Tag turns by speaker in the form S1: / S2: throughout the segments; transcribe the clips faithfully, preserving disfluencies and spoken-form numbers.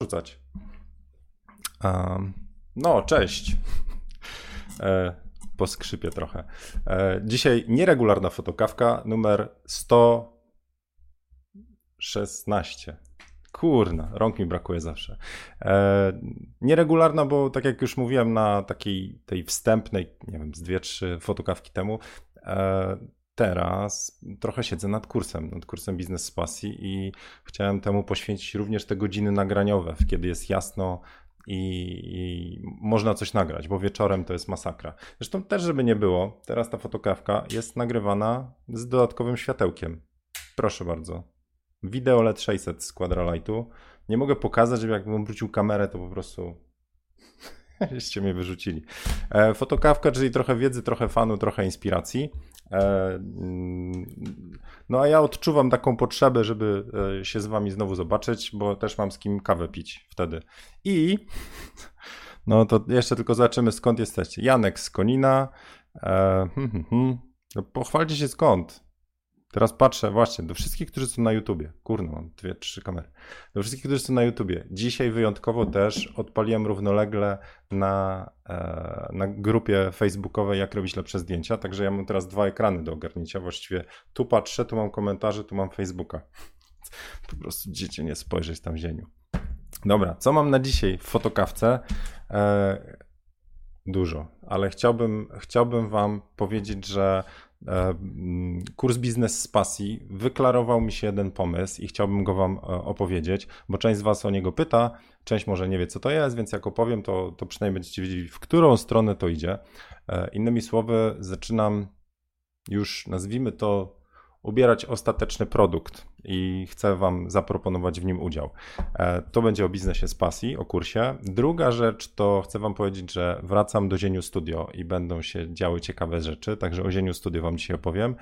S1: rzucać. Um, no, cześć. E, po skrzypie trochę. E, dzisiaj nieregularna fotokawka numer sto szesnaście. Kurna, rąk mi brakuje zawsze. E, nieregularna, bo tak jak już mówiłem na takiej tej wstępnej, nie wiem, z dwie, trzy fotokawki temu, e, teraz trochę siedzę nad kursem, nad kursem Biznes z Pasji i chciałem temu poświęcić również te godziny nagraniowe, kiedy jest jasno i, i można coś nagrać, bo wieczorem to jest masakra. Zresztą też, żeby nie było, teraz ta fotokawka jest nagrywana z dodatkowym światełkiem. Proszę bardzo. Video L E D sześćset z Quadralightu. Nie mogę pokazać, żeby jakbym wrócił kamerę, to po prostu żeście mnie wyrzucili. E, fotokawka, czyli trochę wiedzy, trochę fanu, trochę inspiracji. E, no a ja odczuwam taką potrzebę, żeby się z wami znowu zobaczyć, bo też mam z kim kawę pić wtedy. I no to jeszcze tylko zobaczymy, skąd jesteście. Janek z Konina. E, hmm, hmm, hmm. No, pochwalcie się skąd. Teraz patrzę właśnie do wszystkich, którzy są na YouTubie. Kurno, mam dwie, trzy kamery. Do wszystkich, którzy są na YouTubie. Dzisiaj wyjątkowo też odpaliłem równolegle na, e, na grupie facebookowej Jak robić lepsze zdjęcia. Także ja mam teraz dwa ekrany do ogarnięcia. Właściwie tu patrzę, tu mam komentarze, tu mam Facebooka. Po prostu dziecię nie spojrzeć tam w zieniu. Dobra, co mam na dzisiaj w fotokawce? E, dużo, ale chciałbym, chciałbym wam powiedzieć, że kurs Biznes z Pasji wyklarował mi się jeden pomysł i chciałbym go wam opowiedzieć, bo część z was o niego pyta, część może nie wie, co to jest, więc jak opowiem, to, to przynajmniej będziecie wiedzieli, w którą stronę to idzie. Innymi słowy, zaczynam już, nazwijmy to, ubierać ostateczny produkt i chcę wam zaproponować w nim udział. To będzie o biznesie z pasji, o kursie. Druga rzecz to chcę wam powiedzieć, że wracam do Zieniu Studio i będą się działy ciekawe rzeczy, także o Zieniu Studio wam dzisiaj opowiem.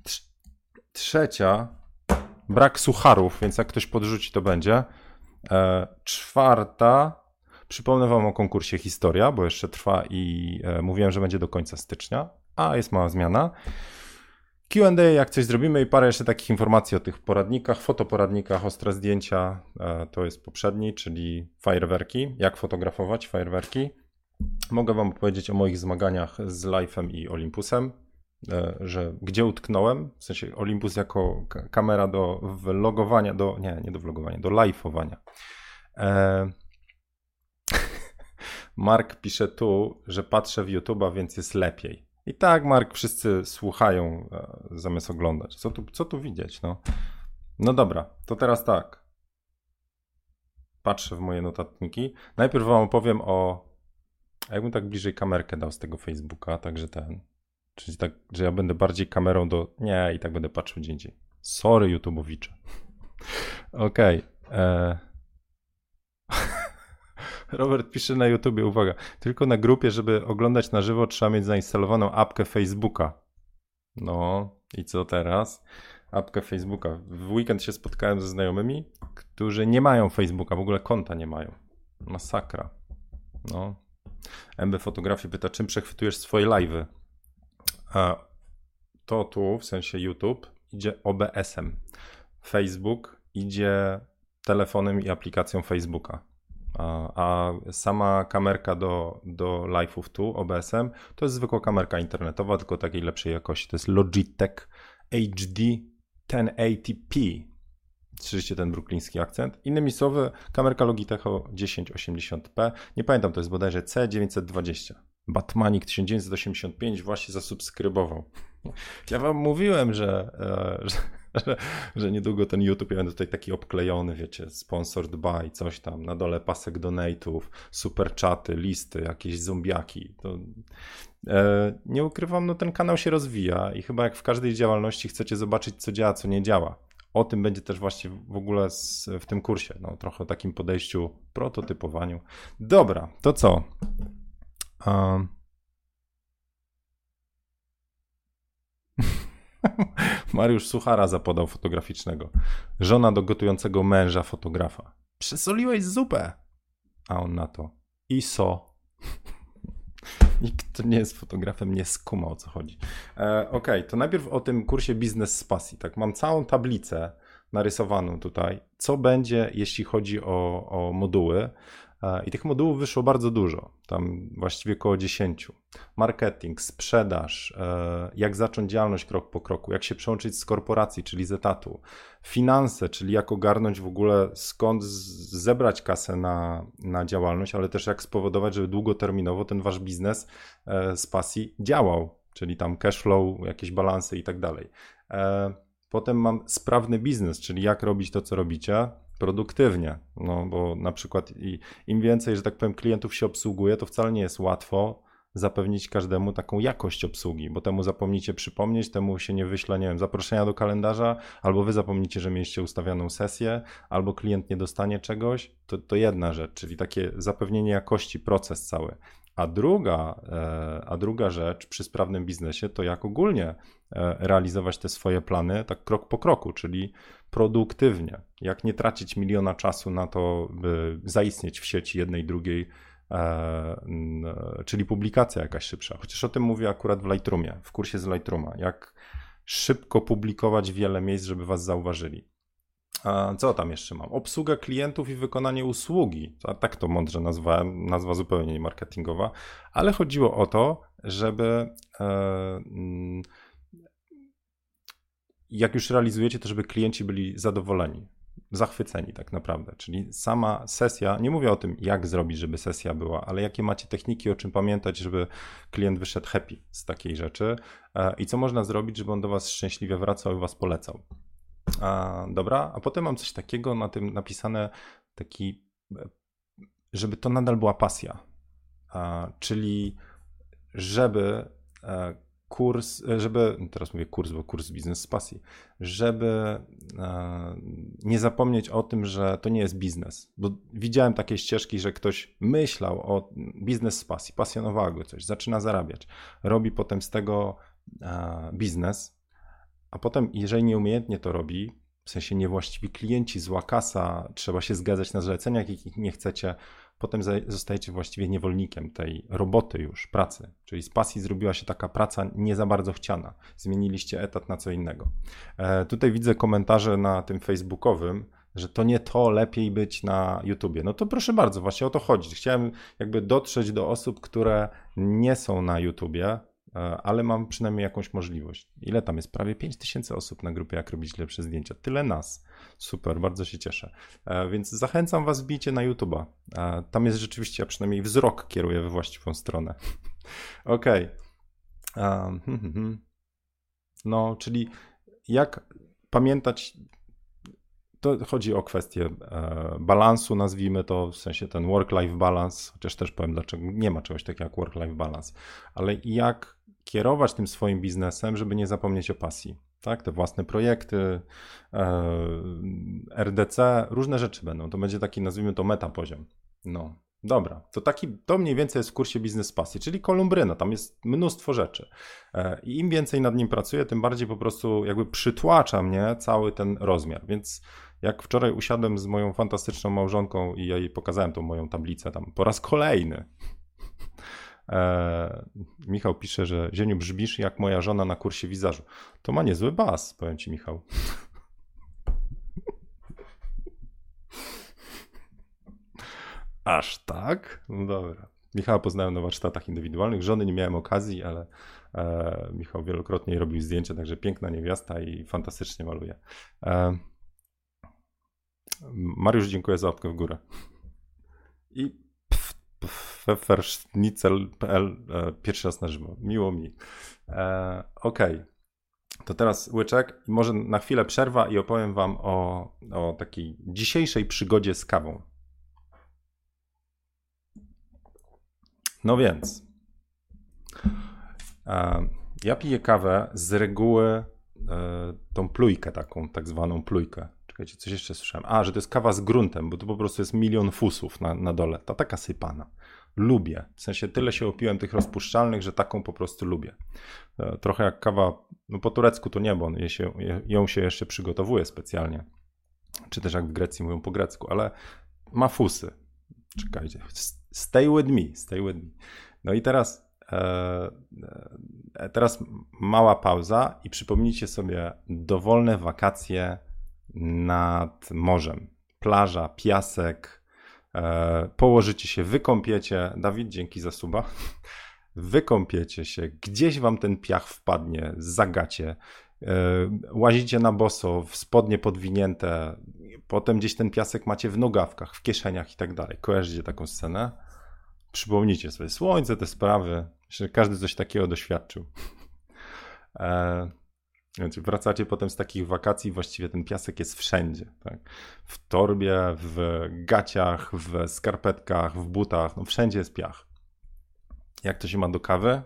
S1: Trzecia, brak sucharów, więc jak ktoś podrzuci, to będzie. Czwarta, przypomnę wam o konkursie Historia, bo jeszcze trwa i mówiłem, że będzie do końca stycznia, a jest mała zmiana. Q and A, jak coś zrobimy i parę jeszcze takich informacji o tych poradnikach, fotoporadnikach, ostre zdjęcia, to jest poprzedni, czyli fajerwerki, jak fotografować fajerwerki. Mogę wam opowiedzieć o moich zmaganiach z Life'em i Olympusem, że gdzie utknąłem, w sensie Olympus jako kamera do vlogowania, do, nie, nie do vlogowania, do live'owania. E... Mark pisze tu, że patrzę w YouTube'a, więc jest lepiej. I tak, Mark, wszyscy słuchają e, zamiast oglądać. Co tu, co tu widzieć? No? no dobra, to teraz tak. Patrzę w moje notatniki. Najpierw wam opowiem o... Jakbym tak bliżej kamerkę dał z tego Facebooka, także ten... Czyli tak, że ja będę bardziej kamerą do... Nie, i tak będę patrzył gdzie indziej. Sorry, YouTube'owicze. Okej. Okay. Robert pisze na YouTubie, uwaga, tylko na grupie, żeby oglądać na żywo, trzeba mieć zainstalowaną apkę Facebooka. No i co teraz? Apkę Facebooka. W weekend się spotkałem ze znajomymi, którzy nie mają Facebooka, w ogóle konta nie mają. Masakra. No. M B Fotografii pyta, czym przechwytujesz swoje live'y? A to tu, w sensie YouTube, idzie O B S-em. Facebook idzie telefonem i aplikacją Facebooka. A, a sama kamerka do, do live'ów tu O B S-em to jest zwykła kamerka internetowa, tylko takiej lepszej jakości. To jest Logitech H D tysiąc osiemdziesiąt p. Słyszycie ten brukliński akcent? Innymi słowy, kamerka Logitech tysiąc osiemdziesiąt p. Nie pamiętam, to jest bodajże C dziewięćset dwadzieścia. Batmanik tysiąc dziewięćset osiemdziesiąt pięć właśnie zasubskrybował. Ja wam mówiłem, że... że... Że, że niedługo ten YouTube, ja będę tutaj taki obklejony, wiecie, sponsored by, coś tam, na dole pasek donate'ów, super czaty, listy, jakieś zombiaki. To, e, nie ukrywam, no ten kanał się rozwija i chyba jak w każdej działalności chcecie zobaczyć, co działa, co nie działa. O tym będzie też właśnie w ogóle z, w tym kursie, no trochę o takim podejściu, prototypowaniu. Dobra, to co? Um. Mariusz Suchara zapodał fotograficznego. Żona do gotującego męża fotografa. Przesoliłeś zupę. A on na to. I so. Nikt, kto nie jest fotografem, nie skuma, o co chodzi. E, Okej, okay, to najpierw o tym kursie Biznes z Pasji. Tak, mam całą tablicę narysowaną tutaj, co będzie, jeśli chodzi o, o moduły. I tych modułów wyszło bardzo dużo, tam właściwie około dziesięciu. Marketing, sprzedaż, jak zacząć działalność krok po kroku, jak się przełączyć z korporacji, czyli z etatu, finanse, czyli jak ogarnąć w ogóle skąd zebrać kasę na, na działalność, ale też jak spowodować, żeby długoterminowo ten wasz biznes z pasji działał, czyli tam cash flow, jakieś balanse i tak dalej. Potem mam sprawny biznes, czyli jak robić to, co robicie, produktywnie, no bo na przykład i, im więcej, że tak powiem, klientów się obsługuje, to wcale nie jest łatwo zapewnić każdemu taką jakość obsługi, bo temu zapomnicie przypomnieć, temu się nie wyśle, nie wiem, zaproszenia do kalendarza, albo wy zapomnicie, że mieliście ustawioną sesję, albo klient nie dostanie czegoś, to, to jedna rzecz, czyli takie zapewnienie jakości, proces cały. A druga, a druga rzecz przy sprawnym biznesie to jak ogólnie realizować te swoje plany tak krok po kroku, czyli produktywnie. Jak nie tracić miliona czasu na to, by zaistnieć w sieci jednej, drugiej, czyli publikacja jakaś szybsza. Chociaż o tym mówię akurat w Lightroomie, w kursie z Lightrooma. Jak szybko publikować wiele miejsc, żeby was zauważyli. A co tam jeszcze mam? Obsługa klientów i wykonanie usługi. Tak to mądrze nazwałem, nazwa zupełnie nie marketingowa, ale chodziło o to, żeby e, jak już realizujecie, to żeby klienci byli zadowoleni, zachwyceni tak naprawdę. Czyli sama sesja, nie mówię o tym, jak zrobić, żeby sesja była, ale jakie macie techniki, o czym pamiętać, żeby klient wyszedł happy z takiej rzeczy e, i co można zrobić, żeby on do was szczęśliwie wracał i was polecał. A, dobra, a potem mam coś takiego na tym napisane, taki, żeby to nadal była pasja, a, czyli żeby a, kurs, żeby, teraz mówię kurs, bo kurs biznes z pasji, żeby a, nie zapomnieć o tym, że to nie jest biznes, bo widziałem takie ścieżki, że ktoś myślał o biznes z pasji, pasjonowało go coś, zaczyna zarabiać, robi potem z tego a, biznes. A potem, jeżeli nieumiejętnie to robi, w sensie niewłaściwi klienci, zła kasa, trzeba się zgadzać na zlecenia, jakich nie chcecie, potem zostajecie właściwie niewolnikiem tej roboty już, pracy. Czyli z pasji zrobiła się taka praca nie za bardzo chciana. Zmieniliście etat na co innego. E, tutaj widzę komentarze na tym facebookowym, że to nie to, lepiej być na YouTubie. No to proszę bardzo, właśnie o to chodzi. Chciałem jakby dotrzeć do osób, które nie są na YouTubie, ale mam przynajmniej jakąś możliwość. Ile tam jest? Prawie pięć tysięcy osób na grupie Jak robić lepsze zdjęcia. Tyle nas. Super, bardzo się cieszę. Więc zachęcam was, wbijcie na YouTube'a. Tam jest rzeczywiście, ja przynajmniej wzrok kieruję we właściwą stronę. Okej. Okay. No, czyli jak pamiętać, to chodzi o kwestię balansu, nazwijmy to, w sensie ten work-life balance, chociaż też powiem, dlaczego nie ma czegoś takiego jak work-life balance, ale jak kierować tym swoim biznesem, żeby nie zapomnieć o pasji, tak? Te własne projekty, R D C, różne rzeczy będą, to będzie taki, nazwijmy to, metapoziom. No, dobra, to taki, to mniej więcej jest w kursie Biznes z Pasji, czyli kolumbryna, tam jest mnóstwo rzeczy i im więcej nad nim pracuję, tym bardziej po prostu jakby przytłacza mnie cały ten rozmiar, więc jak wczoraj usiadłem z moją fantastyczną małżonką i ja jej pokazałem tą moją tablicę tam po raz kolejny. E, Michał pisze, że Zieniu, brzmisz jak moja żona na kursie wizażu. To ma niezły bas, powiem ci, Michał. Aż tak? No dobra. Michała poznałem na warsztatach indywidualnych. Żony nie miałem okazji, ale e, Michał wielokrotnie robił zdjęcia, także piękna niewiasta i fantastycznie maluje. E, Mariusz, dziękuję za łapkę w górę. I pfefferschnitzel kropka p l pierwszy raz na żywo. Miło mi. E, Okej. Okay. To teraz łyczek i może na chwilę przerwa i opowiem wam o, o takiej dzisiejszej przygodzie z kawą. No więc, e, ja piję kawę z reguły e, tą plujkę taką, tak zwaną plujkę. Czekajcie, coś jeszcze słyszałem. A, że to jest kawa z gruntem, bo to po prostu jest milion fusów na, na dole. Ta taka sypana. Lubię. W sensie tyle się opiłem tych rozpuszczalnych, że taką po prostu lubię. E, trochę jak kawa, no po turecku to nie, bo je się, je, ją się jeszcze przygotowuje specjalnie. Czy też jak w Grecji mówią po grecku, ale ma fusy. Czekajcie. Stay with me, stay with me. No i teraz, e, e, teraz mała pauza i przypomnijcie sobie dowolne wakacje nad morzem. Plaża, piasek, e, położycie się, wykąpiecie. Dawid, dzięki za suba. Wykąpiecie się, gdzieś wam ten piach wpadnie, zagacie, e, łazicie na boso, w spodnie podwinięte, potem gdzieś ten piasek macie w nogawkach, w kieszeniach i tak dalej. Kojarzycie taką scenę? Przypomnijcie sobie, słońce, te sprawy, że każdy coś takiego doświadczył. E, wracacie potem z takich wakacji, właściwie ten piasek jest wszędzie. Tak? W torbie, w gaciach, w skarpetkach, w butach, no wszędzie jest piach. Jak to się ma do kawy?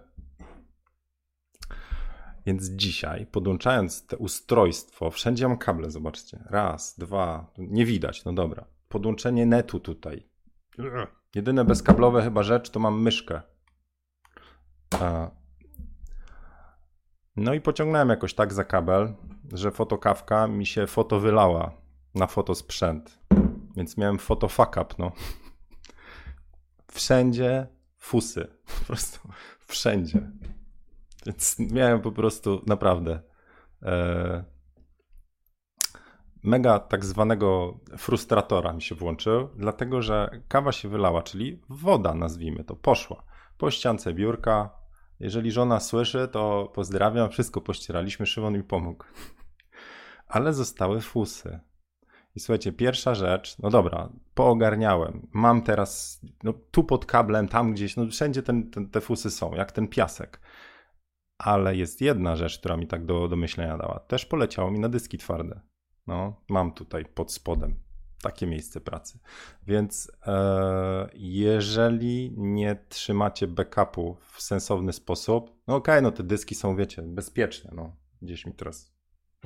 S1: Więc dzisiaj, podłączając to ustrojstwo, wszędzie mam kable, zobaczcie. Raz, dwa, nie widać, no dobra. Podłączenie netu tutaj. Jedyne bezkablowe chyba rzecz to mam myszkę. No i pociągnąłem jakoś tak za kabel, że fotokawka mi się foto wylała na fotosprzęt. Więc miałem foto fuck up, no. Wszędzie fusy. Po prostu wszędzie. Więc miałem po prostu naprawdę e, mega tak zwanego frustratora mi się włączył, dlatego że kawa się wylała, czyli woda, nazwijmy to, poszła po ściance biurka. Jeżeli żona słyszy, to pozdrawiam, wszystko pościeraliśmy, Szymon mi pomógł. Ale zostały fusy. I słuchajcie, pierwsza rzecz, no dobra, poogarniałem, mam teraz, no tu pod kablem, tam gdzieś, no wszędzie ten, ten, te fusy są, jak ten piasek. Ale jest jedna rzecz, która mi tak do, do myślenia dała. Też poleciało mi na dyski twarde. No, mam tutaj pod spodem takie miejsce pracy. Więc e, jeżeli nie trzymacie backupu w sensowny sposób, no okej, okay, no te dyski są, wiecie, bezpieczne. No, gdzieś mi teraz...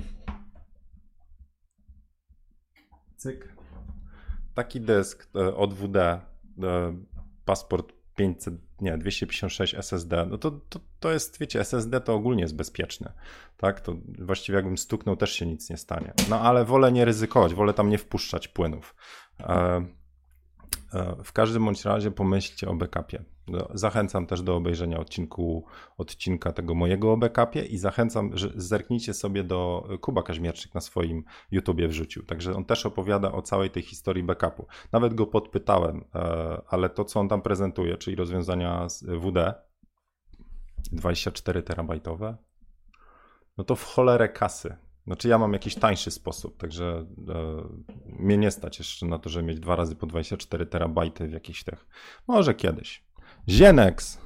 S1: Cyk. Taki dysk e, od W D, e, Passport pięćset, nie, dwieście pięćdziesiąt sześć S S D, no to, to, to jest, wiecie, S S D to ogólnie jest bezpieczne, tak, to właściwie jakbym stuknął, też się nic nie stanie, no ale wolę nie ryzykować, wolę tam nie wpuszczać płynów. E, e, w każdym bądź razie pomyślcie o backupie. Zachęcam też do obejrzenia odcinku, odcinka tego mojego o backupie i zachęcam, że zerknijcie sobie do Kuba Kaźmierczyk na swoim YouTubie wrzucił. Także on też opowiada o całej tej historii backupu. Nawet go podpytałem, ale to co on tam prezentuje, czyli rozwiązania z W D dwadzieścia cztery terabajtowe, no to w cholerę kasy. Znaczy ja mam jakiś tańszy sposób, także e, mnie nie stać jeszcze na to, żeby mieć dwa razy po dwadzieścia cztery terabajty w jakichś tych. Może kiedyś. Zienex.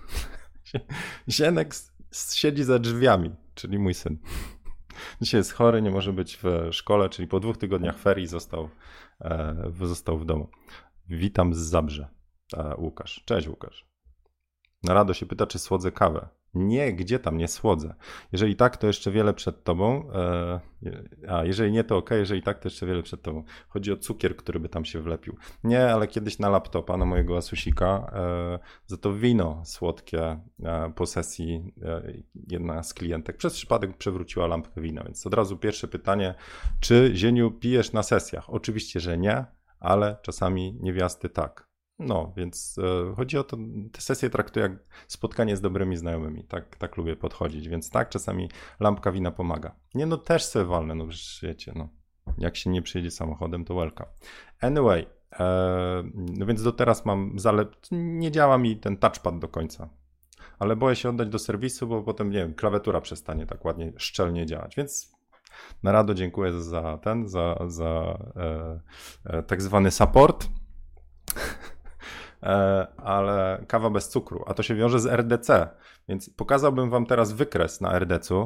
S1: Zienex siedzi za drzwiami, czyli mój syn. Dzisiaj jest chory, nie może być w szkole, czyli po dwóch tygodniach ferii został, e, został w domu. Witam z Zabrze, e, Łukasz. Cześć Łukasz. Na Rado się pyta, czy słodzę kawę. Nie, gdzie tam, nie słodzę. Jeżeli tak, to jeszcze wiele przed tobą. E, a jeżeli nie, to ok, jeżeli tak, to jeszcze wiele przed tobą. Chodzi o cukier, który by tam się wlepił. Nie, ale kiedyś na laptopa, na mojego Asusika, e, za to wino słodkie e, po sesji e, jedna z klientek przez przypadek przewróciła lampkę wina. Więc od razu pierwsze pytanie, czy Zieniu pijesz na sesjach? Oczywiście, że nie, ale czasami niewiasty tak. No, więc e, chodzi o to, te sesje traktuję jak spotkanie z dobrymi znajomymi, tak, tak lubię podchodzić, więc tak, czasami lampka wina pomaga. Nie, no też sobie walnę, no przecież wiecie, no, jak się nie przyjedzie samochodem, to welcome. Anyway, e, no więc do teraz mam zalep, nie działa mi ten touchpad do końca, ale boję się oddać do serwisu, bo potem, nie wiem, klawiatura przestanie tak ładnie, szczelnie działać, więc na Rado dziękuję za ten, za, za e, e, tak zwany support. Ale kawa bez cukru, a to się wiąże z R D C, więc pokazałbym wam teraz wykres na R D C-u.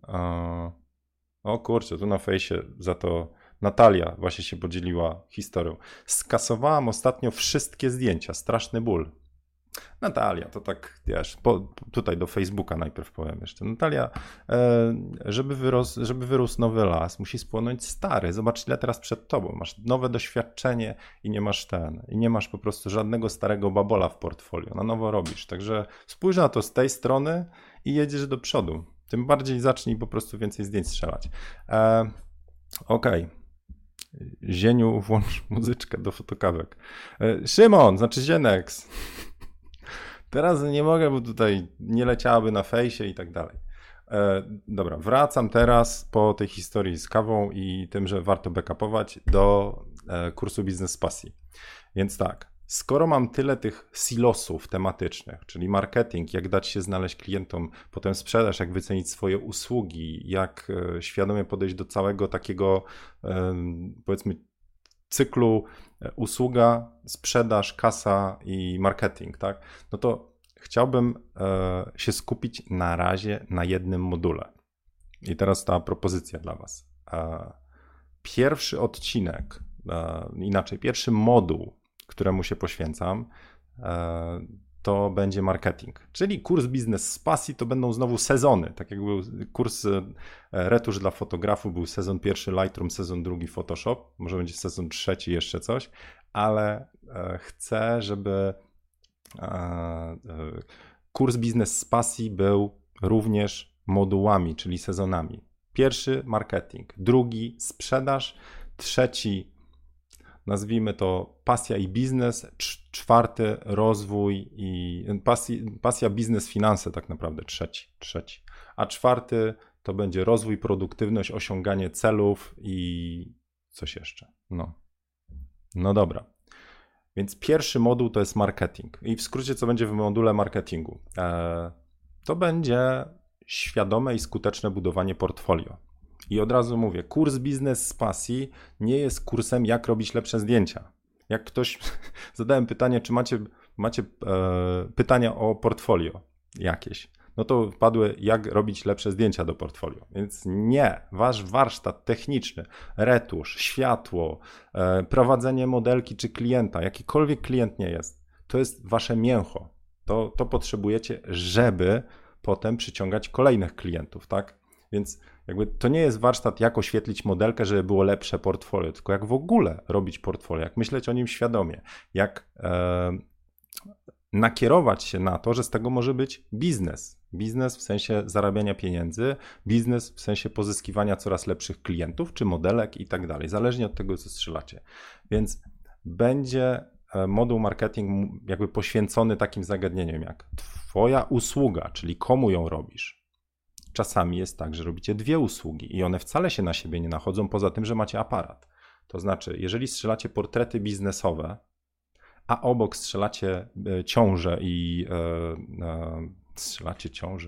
S1: O kurczę, tu na fejsie za to Natalia właśnie się podzieliła historią. Skasowałam ostatnio wszystkie zdjęcia, straszny ból. Natalia, to tak, wiesz, po, tutaj do Facebooka najpierw powiem jeszcze. Natalia, e, żeby, wyros, żeby wyrósł nowy las, musi spłonąć stary. Zobacz, ile teraz przed tobą. Masz nowe doświadczenie i nie masz ten, i nie masz po prostu żadnego starego babola w portfolio. Na nowo robisz. Także spójrz na to z tej strony i jedziesz do przodu. Tym bardziej zacznij po prostu więcej zdjęć strzelać. E, Okej. Okay. Zieniu, włącz muzyczkę do fotokawek. E, Szymon, znaczy Zienex. Teraz nie mogę, bo tutaj nie leciałaby na fejsie i tak dalej. E, dobra, wracam teraz po tej historii z kawą i tym, że warto backupować do e, kursu Biznes z Pasji. Więc tak, skoro mam tyle tych silosów tematycznych, czyli marketing, jak dać się znaleźć klientom, potem sprzedaż, jak wycenić swoje usługi, jak e, świadomie podejść do całego takiego, e, powiedzmy, cyklu e, usługa, sprzedaż, kasa i marketing, tak? No to chciałbym e, się skupić na razie na jednym module. I teraz ta propozycja dla Was. E, pierwszy odcinek, e, inaczej, pierwszy moduł, któremu się poświęcam, e, to będzie marketing. Czyli kurs Biznes z Pasji to będą znowu sezony. Tak jak był kurs e, retusz dla fotografów, był sezon pierwszy Lightroom, sezon drugi Photoshop, może będzie sezon trzeci jeszcze coś, ale e, chcę, żeby kurs Biznes z Pasji był również modułami, czyli sezonami. Pierwszy marketing, drugi sprzedaż, trzeci nazwijmy to pasja i biznes, czwarty rozwój i pasja, pasja biznes, finanse tak naprawdę trzeci, trzeci. A czwarty to będzie rozwój, produktywność, osiąganie celów i coś jeszcze. No, no dobra. Więc pierwszy moduł to jest marketing. I w skrócie, co będzie w module marketingu? To będzie świadome i skuteczne budowanie portfolio. I od razu mówię, kurs Biznes z Pasji nie jest kursem, jak robić lepsze zdjęcia. Jak ktoś, zadałem pytanie, czy macie, macie e, pytania o portfolio jakieś, no to wpadły, jak robić lepsze zdjęcia do portfolio. Więc nie, wasz warsztat techniczny, retusz, światło, e, prowadzenie modelki czy klienta, jakikolwiek klient nie jest, to jest wasze mięcho. To, to potrzebujecie, żeby potem przyciągać kolejnych klientów, tak? Więc jakby to nie jest warsztat, jak oświetlić modelkę, żeby było lepsze portfolio, tylko jak w ogóle robić portfolio, jak myśleć o nim świadomie, jak e, nakierować się na to, że z tego może być biznes. Biznes w sensie zarabiania pieniędzy, biznes w sensie pozyskiwania coraz lepszych klientów, czy modelek i tak dalej, zależnie od tego, co strzelacie. Więc będzie moduł marketing jakby poświęcony takim zagadnieniom jak twoja usługa, czyli komu ją robisz. Czasami jest tak, że robicie dwie usługi i one wcale się na siebie nie nachodzą, poza tym, że macie aparat. To znaczy, jeżeli strzelacie portrety biznesowe, a obok strzelacie ciąże i e, e, strzelacie ciąże.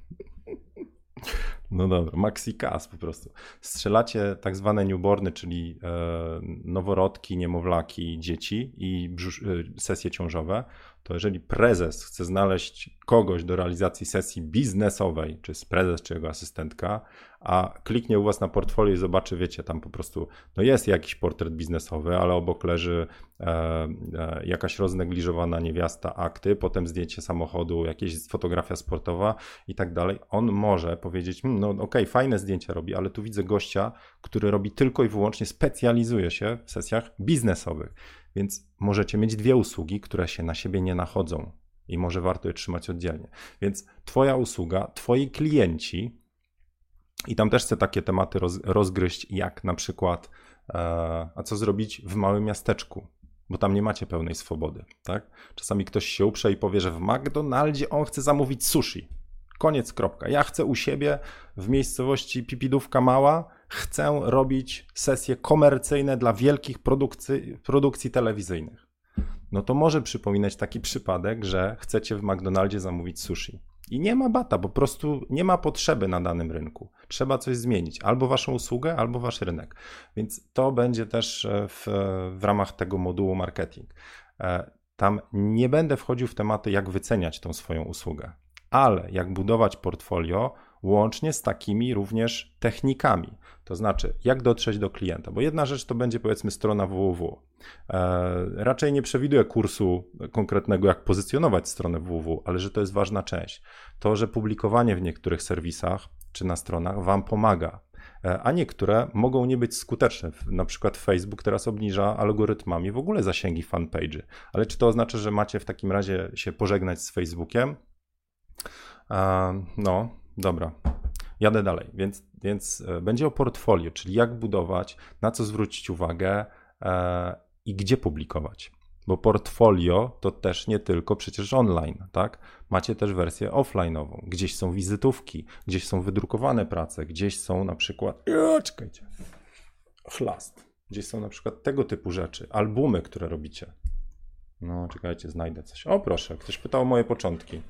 S1: No dobra, maxi cast po prostu. Strzelacie tak zwane newborny, czyli e, noworodki, niemowlaki, dzieci i brzusz, e, sesje ciążowe, to jeżeli prezes chce znaleźć kogoś do realizacji sesji biznesowej, czy jest prezes, czy jego asystentka, a kliknie u was na portfolio i zobaczy, wiecie, tam po prostu, no jest jakiś portret biznesowy, ale obok leży e, e, jakaś roznegliżowana niewiasta, akty, potem zdjęcie samochodu, jakieś fotografia sportowa i tak dalej. On może powiedzieć, hmm, no okej, okay, fajne zdjęcia robi, ale tu widzę gościa, który robi tylko i wyłącznie, specjalizuje się w sesjach biznesowych. Więc możecie mieć dwie usługi, które się na siebie nie nachodzą i może warto je trzymać oddzielnie. Więc twoja usługa, twoi klienci i tam też chcę takie tematy roz, rozgryźć, jak na przykład e, a co zrobić w małym miasteczku, bo tam nie macie pełnej swobody, tak? Czasami ktoś się uprze i powie, że w McDonaldzie on chce zamówić sushi. Koniec, kropka. Ja chcę u siebie w miejscowości Pipidówka Mała, chcę robić sesje komercyjne dla wielkich produkcji, produkcji telewizyjnych. No to może przypominać taki przypadek, że chcecie w McDonaldzie zamówić sushi. I nie ma bata, po prostu nie ma potrzeby na danym rynku. Trzeba coś zmienić. Albo waszą usługę, albo wasz rynek. Więc to będzie też w, w ramach tego modułu marketing. Tam nie będę wchodził w tematy, jak wyceniać tą swoją usługę, ale jak budować portfolio łącznie z takimi również technikami. To znaczy, jak dotrzeć do klienta, bo jedna rzecz to będzie powiedzmy strona www. E, raczej nie przewiduję kursu konkretnego, jak pozycjonować stronę www, ale że to jest ważna część. To, że publikowanie w niektórych serwisach czy na stronach wam pomaga, e, a niektóre mogą nie być skuteczne. Na przykład Facebook teraz obniża algorytmami w ogóle zasięgi fanpage'y. Ale czy to oznacza, że macie w takim razie się pożegnać z Facebookiem? E, no, dobra. Jadę dalej, więc, więc będzie o portfolio, czyli jak budować, na co zwrócić uwagę e, i gdzie publikować. Bo portfolio to też nie tylko przecież online, tak? Macie też wersję offline'ową. Gdzieś są wizytówki, gdzieś są wydrukowane prace, gdzieś są na przykład... O, czekajcie. Chlast. Gdzieś są na przykład tego typu rzeczy, albumy, które robicie. No, czekajcie, znajdę coś. O, proszę, ktoś pytał o moje początki.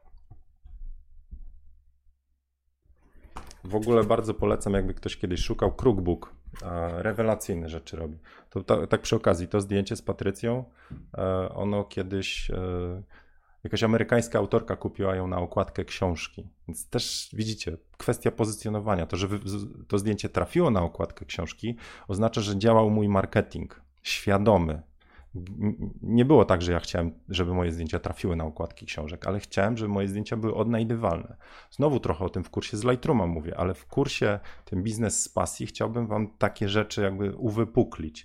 S1: W ogóle bardzo polecam, jakby ktoś kiedyś szukał, Crookbook. Rewelacyjne rzeczy robi. To, to, tak przy okazji, to zdjęcie z Patrycją, ono kiedyś, jakaś amerykańska autorka kupiła ją na okładkę książki. Więc też widzicie, kwestia pozycjonowania. To, że wy, to zdjęcie trafiło na okładkę książki, oznacza, że działał mój marketing świadomy. Nie było tak, że ja chciałem, żeby moje zdjęcia trafiły na okładki książek, ale chciałem, żeby moje zdjęcia były odnajdywalne. Znowu trochę o tym w kursie z Lightrooma mówię, ale w kursie tym biznes z pasji chciałbym wam takie rzeczy jakby uwypuklić.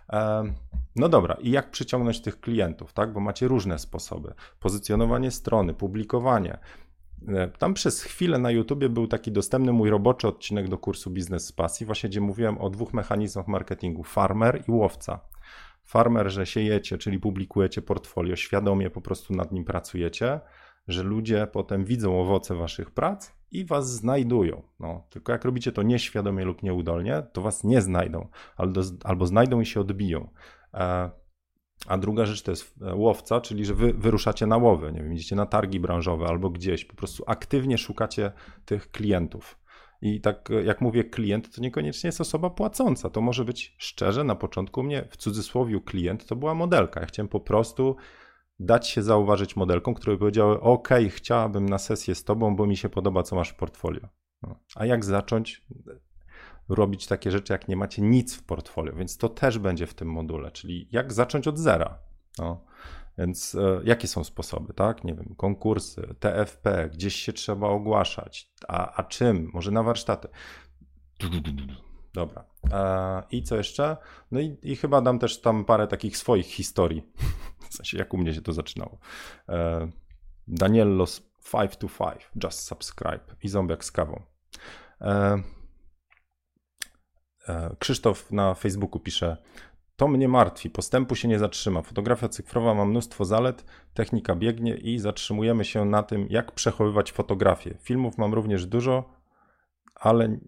S1: No dobra, i jak przyciągnąć tych klientów, tak? Bo macie różne sposoby. Pozycjonowanie strony, publikowanie. Tam przez chwilę na YouTubie był taki dostępny mój roboczy odcinek do kursu Biznes z pasji, właśnie gdzie mówiłem o dwóch mechanizmach marketingu, farmer i łowca. Farmer, że siejecie, czyli publikujecie portfolio, świadomie po prostu nad nim pracujecie, że ludzie potem widzą owoce waszych prac i was znajdują. No, tylko jak robicie to nieświadomie lub nieudolnie, to was nie znajdą, albo, albo znajdą i się odbiją. A druga rzecz to jest łowca, czyli że wy wyruszacie na łowy, nie wiem, idziecie na targi branżowe albo gdzieś, po prostu aktywnie szukacie tych klientów. I tak jak mówię klient, to niekoniecznie jest osoba płacąca. To może być szczerze, na początku mnie w cudzysłowie klient to była modelka. Ja chciałem po prostu dać się zauważyć modelkom, które powiedziały: OK, chciałabym na sesję z tobą, bo mi się podoba, co masz w portfolio. No. A jak zacząć robić takie rzeczy, jak nie macie nic w portfolio? Więc to też będzie w tym module, czyli jak zacząć od zera. No. Więc e, jakie są sposoby, tak? Nie wiem, konkursy, T F P, gdzieś się trzeba ogłaszać, a, a czym? Może na warsztaty. Dobra. E, I co jeszcze? No i, i chyba dam też tam parę takich swoich historii, w sensie jak u mnie się to zaczynało. E, Daniellos pięć to pięć, just subscribe i zombiak z kawą. E, e, Krzysztof na Facebooku pisze: to mnie martwi, postępu się nie zatrzyma. Fotografia cyfrowa ma mnóstwo zalet, technika biegnie i zatrzymujemy się na tym, jak przechowywać fotografię. Filmów mam również dużo, ale,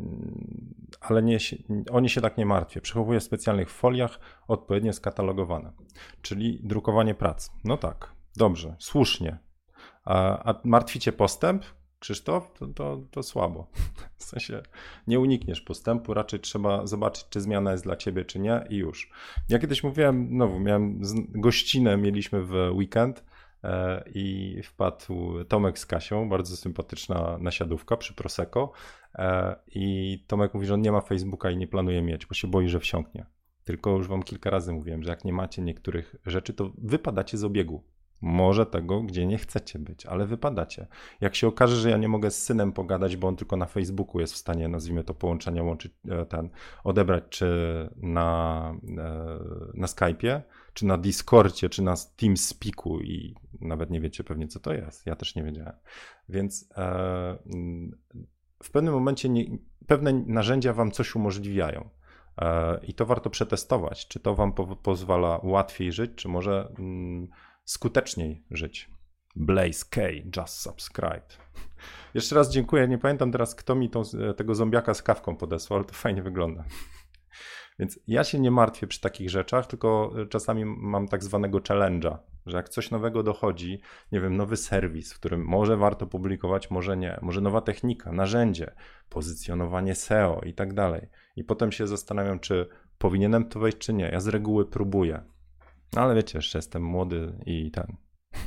S1: ale nie, o nie się tak nie martwię. Przechowuję w specjalnych foliach, odpowiednio skatalogowane. Czyli drukowanie prac. No tak, dobrze, słusznie. A, a martwicie postęp, Krzysztof? To, to, to słabo. W sensie nie unikniesz postępu, raczej trzeba zobaczyć, czy zmiana jest dla ciebie, czy nie i już. Ja kiedyś mówiłem, znowu miałem gościnę, mieliśmy w weekend e, i wpadł Tomek z Kasią, bardzo sympatyczna nasiadówka przy Prosecco e, i Tomek mówi, że on nie ma Facebooka i nie planuje mieć, bo się boi, że wsiąknie. Tylko już wam kilka razy mówiłem, że jak nie macie niektórych rzeczy, to wypadacie z obiegu. Może tego, gdzie nie chcecie być, ale wypadacie. Jak się okaże, że ja nie mogę z synem pogadać, bo on tylko na Facebooku jest w stanie, nazwijmy to, połączenia łączyć, ten, odebrać, czy na, na Skype'ie, czy na Discordzie, czy na TeamSpeaku i nawet nie wiecie pewnie, co to jest. Ja też nie wiedziałem. Więc e, w pewnym momencie nie, pewne narzędzia wam coś umożliwiają. E, I to warto przetestować, czy to wam po, pozwala łatwiej żyć, czy może mm, skuteczniej żyć. Blaze K, just subscribed. Jeszcze raz dziękuję. Nie pamiętam teraz, kto mi tą, tego zombiaka z kawką podesłał, ale to fajnie wygląda. Więc ja się nie martwię przy takich rzeczach, tylko czasami mam tak zwanego challenge'a, że jak coś nowego dochodzi, nie wiem, nowy serwis, w którym może warto publikować, może nie, może nowa technika, narzędzie, pozycjonowanie S E O i tak dalej. I potem się zastanawiam, czy powinienem to wejść, czy nie. Ja z reguły próbuję. No ale wiecie, jeszcze jestem młody i ten.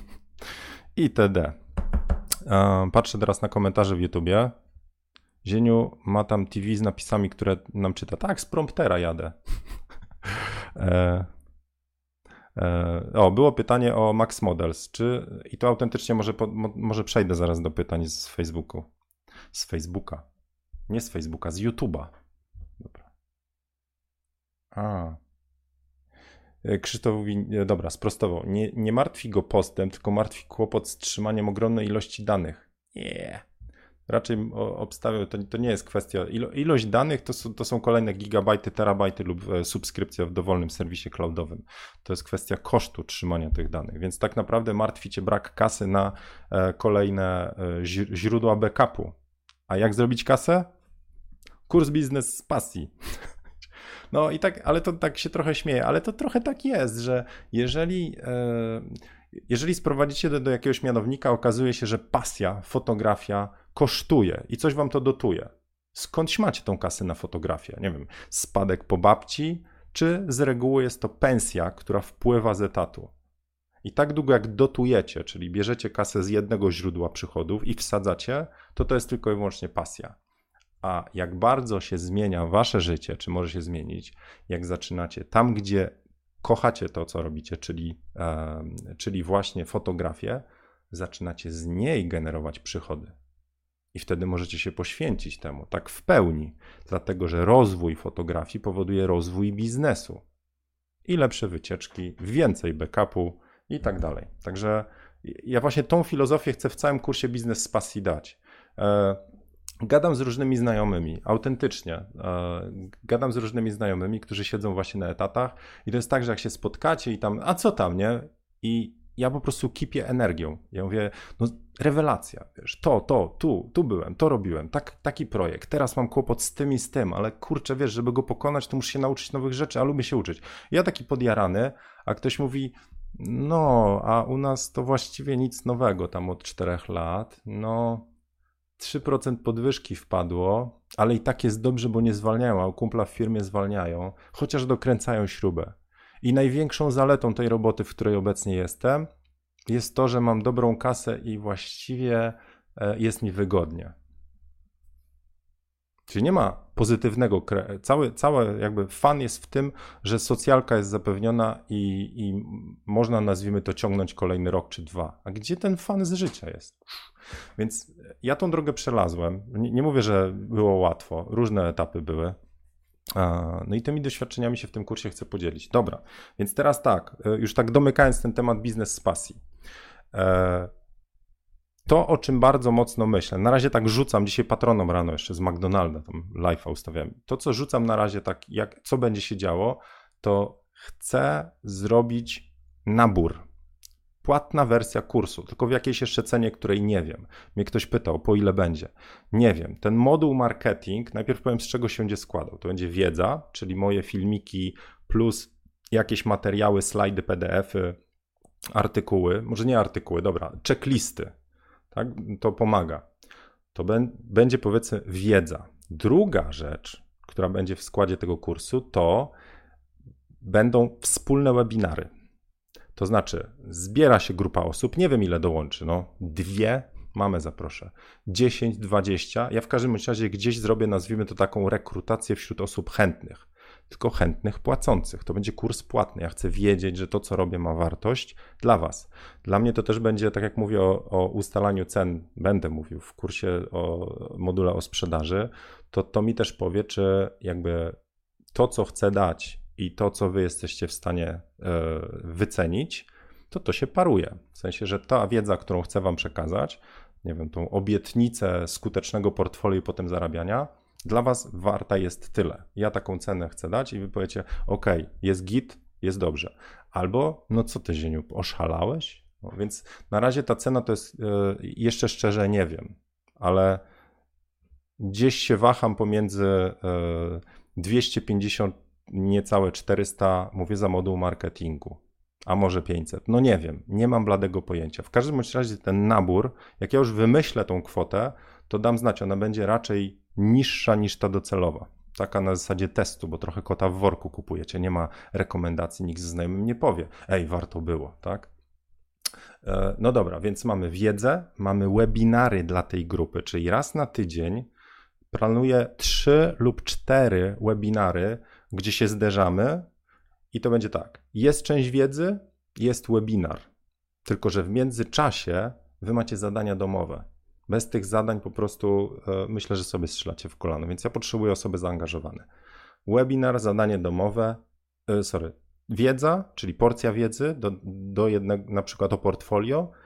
S1: itd. Patrzę teraz na komentarze w YouTubie. Zieniu ma tam T V z napisami, które nam czyta. Tak, z promptera jadę. e, e, o, było pytanie o Max Models. Czy, i to autentycznie może, po, może przejdę zaraz do pytań z Facebooku. Z Facebooka. Nie z Facebooka, z YouTube'a. Dobra. A. Krzysztof mówi, dobra, sprostował. Nie, nie martwi go postęp, tylko martwi kłopot z trzymaniem ogromnej ilości danych. Nie. raczej obstawiam, to, to nie jest kwestia, ilo, ilość danych to, są- to są kolejne gigabajty, terabajty lub e, subskrypcja w dowolnym serwisie cloudowym. To jest kwestia kosztu trzymania tych danych, więc tak naprawdę martwi cię brak kasy na e, kolejne e, ź- źródła backupu. A jak zrobić kasę? Kurs biznes z pasji. No i tak, ale to tak się trochę śmieje, ale to trochę tak jest, że jeżeli, e, jeżeli sprowadzicie do, do jakiegoś mianownika, okazuje się, że pasja, fotografia kosztuje i coś wam to dotuje. Skądś macie tą kasę na fotografię? Nie wiem, spadek po babci, czy z reguły jest to pensja, która wpływa z etatu? I tak długo jak dotujecie, czyli bierzecie kasę z jednego źródła przychodów i wsadzacie, to to jest tylko i wyłącznie pasja. A jak bardzo się zmienia wasze życie, czy może się zmienić, jak zaczynacie tam, gdzie kochacie to, co robicie, czyli, e, czyli właśnie fotografię, zaczynacie z niej generować przychody. I wtedy możecie się poświęcić temu, tak w pełni, dlatego że rozwój fotografii powoduje rozwój biznesu. I lepsze wycieczki, więcej backupu i tak dalej. Także ja właśnie tą filozofię chcę w całym kursie Biznes z Pasji dać. E, Gadam z różnymi znajomymi, autentycznie. E, Gadam z różnymi znajomymi, którzy siedzą właśnie na etatach i to jest tak, że jak się spotkacie i tam, a co tam, nie? I ja po prostu kipię energią. Ja mówię, no rewelacja, wiesz, to, to, tu, tu byłem, to robiłem, tak, taki projekt, teraz mam kłopot z tym i z tym, ale kurczę, wiesz, żeby go pokonać, to muszę się nauczyć nowych rzeczy, a lubię się uczyć. Ja taki podjarany, a ktoś mówi, no, a u nas to właściwie nic nowego tam od czterech lat, no trzy procent podwyżki wpadło, ale i tak jest dobrze, bo nie zwalniają, a u kumpla w firmie zwalniają, chociaż dokręcają śrubę. I największą zaletą tej roboty, w której obecnie jestem, jest to, że mam dobrą kasę i właściwie e, jest mi wygodnie. Czyli nie ma pozytywnego, kre- cały, cały jakby fan jest w tym, że socjalka jest zapewniona i, i można, nazwijmy to, ciągnąć kolejny rok czy dwa. A gdzie ten fan z życia jest? Więc ja tą drogę przelazłem. Nie, nie mówię, że było łatwo. Różne etapy były. A, No i tymi doświadczeniami się w tym kursie chcę podzielić. Dobra, więc teraz tak, e, już tak domykając ten temat biznes z pasji. E, To, o czym bardzo mocno myślę, na razie tak rzucam, dzisiaj patronom rano jeszcze z McDonalda, tam live'a ustawiałem. To, co rzucam na razie tak, jak, co będzie się działo, to chcę zrobić nabór. Płatna wersja kursu, tylko w jakiejś jeszcze cenie, której nie wiem. Mnie ktoś pytał, po ile będzie. Nie wiem. Ten moduł marketing, najpierw powiem, z czego się będzie składał. To będzie wiedza, czyli moje filmiki plus jakieś materiały, slajdy, P D F-y, artykuły, może nie artykuły, dobra, checklisty. Tak? To pomaga. To będzie, powiedzmy, wiedza. Druga rzecz, która będzie w składzie tego kursu, to będą wspólne webinary. To znaczy, zbiera się grupa osób, nie wiem ile dołączy, no dwie, mamy zaproszę, dziesięć, dwadzieścia. Ja w każdym razie gdzieś zrobię, nazwijmy to, taką rekrutację wśród osób chętnych, tylko chętnych płacących. To będzie kurs płatny. Ja chcę wiedzieć, że to, co robię, ma wartość dla was. Dla mnie to też będzie, tak jak mówię o, o ustalaniu cen, będę mówił w kursie o module o sprzedaży, to to mi też powie, czy jakby to, co chcę dać i to, co wy jesteście w stanie e, wycenić, to to się paruje. W sensie, że ta wiedza, którą chcę wam przekazać, nie wiem, tą obietnicę skutecznego portfolio i potem zarabiania, dla was warta jest tyle. Ja taką cenę chcę dać i wy powiecie, ok, jest git, jest dobrze. Albo, no co ty, Zieniu, oszalałeś? No, więc na razie ta cena to jest, e, jeszcze szczerze nie wiem, ale gdzieś się waham pomiędzy e, dwieście pięćdziesiąt, niecałe czterysta, mówię za moduł marketingu, a może pięćset. No nie wiem, nie mam bladego pojęcia. W każdym razie ten nabór, jak ja już wymyślę tą kwotę, to dam znać, ona będzie raczej niższa niż ta docelowa. Taka na zasadzie testu, bo trochę kota w worku kupujecie, nie ma rekomendacji, nikt ze znajomym nie powie, ej, warto było, tak? No dobra, więc mamy wiedzę, mamy webinary dla tej grupy, czyli raz na tydzień planuję trzy lub cztery webinary, gdzie się zderzamy i to będzie tak, jest część wiedzy, jest webinar, tylko że w międzyczasie wy macie zadania domowe. Bez tych zadań po prostu e, myślę, że sobie strzelacie w kolano, więc ja potrzebuję osoby zaangażowane. Webinar, zadanie domowe, e, sorry, wiedza, czyli porcja wiedzy do, do jednego, na przykład o portfolio,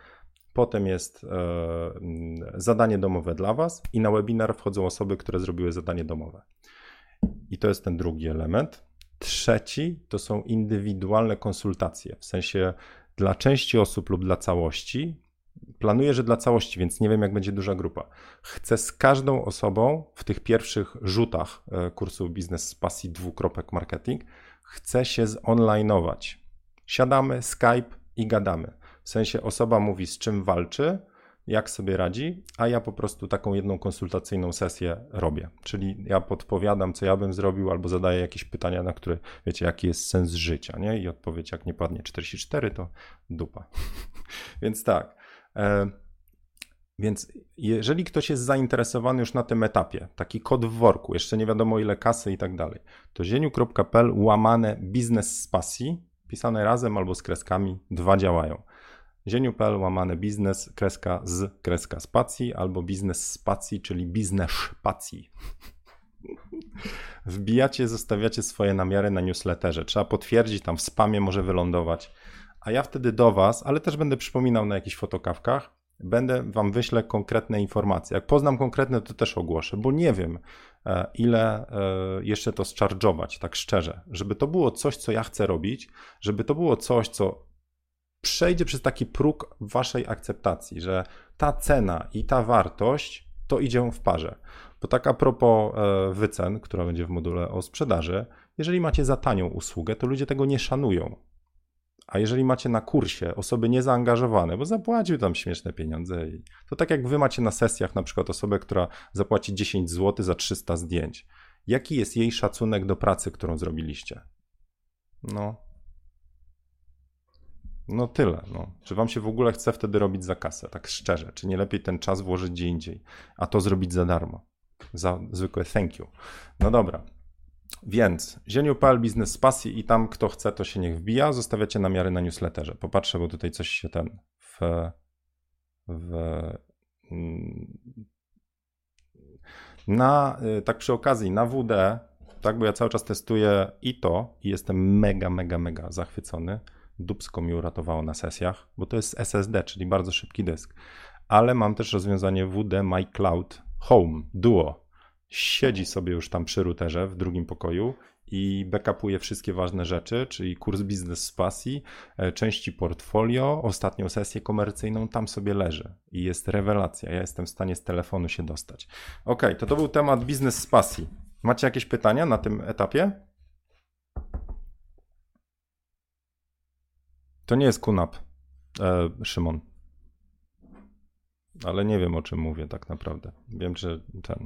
S1: potem jest e, zadanie domowe dla was i na webinar wchodzą osoby, które zrobiły zadanie domowe. I to jest ten drugi element. Trzeci to są indywidualne konsultacje, w sensie dla części osób lub dla całości. Planuję, że dla całości, więc nie wiem, jak będzie duża grupa. Chcę z każdą osobą w tych pierwszych rzutach kursu Biznes z Pasji dwukropek marketing, chcę się zonline'ować. Siadamy, Skype i gadamy. W sensie osoba mówi, z czym walczy, jak sobie radzi, a ja po prostu taką jedną konsultacyjną sesję robię. Czyli ja podpowiadam, co ja bym zrobił, albo zadaję jakieś pytania, na które, wiecie, jaki jest sens życia, nie? I odpowiedź, jak nie padnie czterdzieści cztery, to dupa. Więc tak. E, więc jeżeli ktoś jest zainteresowany już na tym etapie, taki kod w worku, jeszcze nie wiadomo ile kasy i tak dalej, to zieniu kropka p l łamane biznes z pasji, pisane razem albo z kreskami, dwa działają. zieniu kropka p l łamane biznes, kreska z, kreska spacji, albo biznes spacji, czyli biznes szpacji. Wbijacie, zostawiacie swoje namiary na newsletterze. Trzeba potwierdzić, tam w spamie może wylądować. A ja wtedy do was, ale też będę przypominał na jakichś fotokawkach, będę wam wyślę konkretne informacje. Jak poznam konkretne, to też ogłoszę, bo nie wiem, ile jeszcze to zcharge'ować, tak szczerze. Żeby to było coś, co ja chcę robić, żeby to było coś, co przejdzie przez taki próg waszej akceptacji, że ta cena i ta wartość to idzie w parze. Bo tak a propos wycen, która będzie w module o sprzedaży, jeżeli macie za tanią usługę, to ludzie tego nie szanują. A jeżeli macie na kursie osoby niezaangażowane, bo zapłacił tam śmieszne pieniądze, to tak jak wy macie na sesjach na przykład osobę, która zapłaci dziesięć złotych za trzysta zdjęć. Jaki jest jej szacunek do pracy, którą zrobiliście? No, no tyle. No. Czy wam się w ogóle chce wtedy robić za kasę, tak szczerze? Czy nie lepiej ten czas włożyć gdzie indziej, a to zrobić za darmo? Za zwykłe thank you. No dobra. Więc zieniu kropka p l biznes z pasji i tam kto chce, to się niech wbija. Zostawiacie namiary na newsletterze. Popatrzę, bo tutaj coś się ten w, w na, tak przy okazji na W D, tak, bo ja cały czas testuję i to i jestem mega, mega, mega zachwycony. Dupsko mi uratowało na sesjach, bo to jest S S D, czyli bardzo szybki dysk. Ale mam też rozwiązanie W D My Cloud Home Duo. Siedzi sobie już tam przy routerze w drugim pokoju i backupuje wszystkie ważne rzeczy, czyli kurs biznes z pasji, części portfolio, ostatnią sesję komercyjną tam sobie leży i jest rewelacja. Ja jestem w stanie z telefonu się dostać. Ok, to to był temat biznes z pasji. Macie jakieś pytania na tym etapie? To nie jest kunap, e, Szymon. Ale nie wiem, o czym mówię tak naprawdę. Wiem, że ten...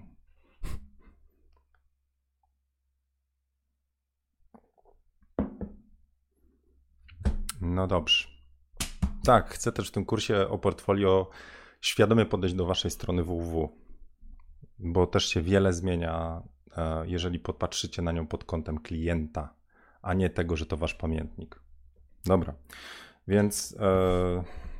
S1: No dobrze. Tak, chcę też w tym kursie o portfolio świadomie podejść do waszej strony w w w, bo też się wiele zmienia, jeżeli popatrzycie na nią pod kątem klienta, a nie tego, że to wasz pamiętnik. Dobra, więc e...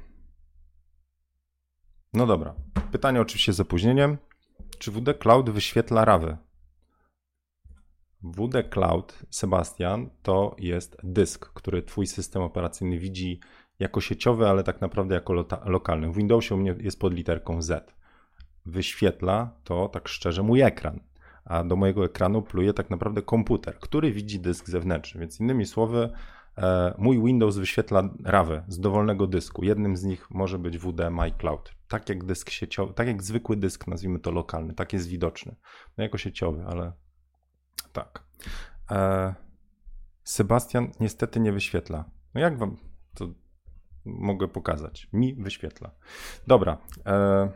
S1: no dobra. Pytanie oczywiście z opóźnieniem. Czy W D Cloud wyświetla rawy? W D Cloud, Sebastian, to jest dysk, który twój system operacyjny widzi jako sieciowy, ale tak naprawdę jako lo- lokalny. W Windowsie u mnie jest pod literką Z. Wyświetla to, tak szczerze, mój ekran, a do mojego ekranu pluje tak naprawdę komputer, który widzi dysk zewnętrzny. Więc innymi słowy, e, mój Windows wyświetla rawę z dowolnego dysku. Jednym z nich może być W D My Cloud. Tak jak dysk sieciowy, tak jak zwykły dysk, nazwijmy to lokalny, tak jest widoczny. No jako sieciowy, ale tak. E, Sebastian niestety nie wyświetla. No jak wam to mogę pokazać? Mi wyświetla. Dobra. E,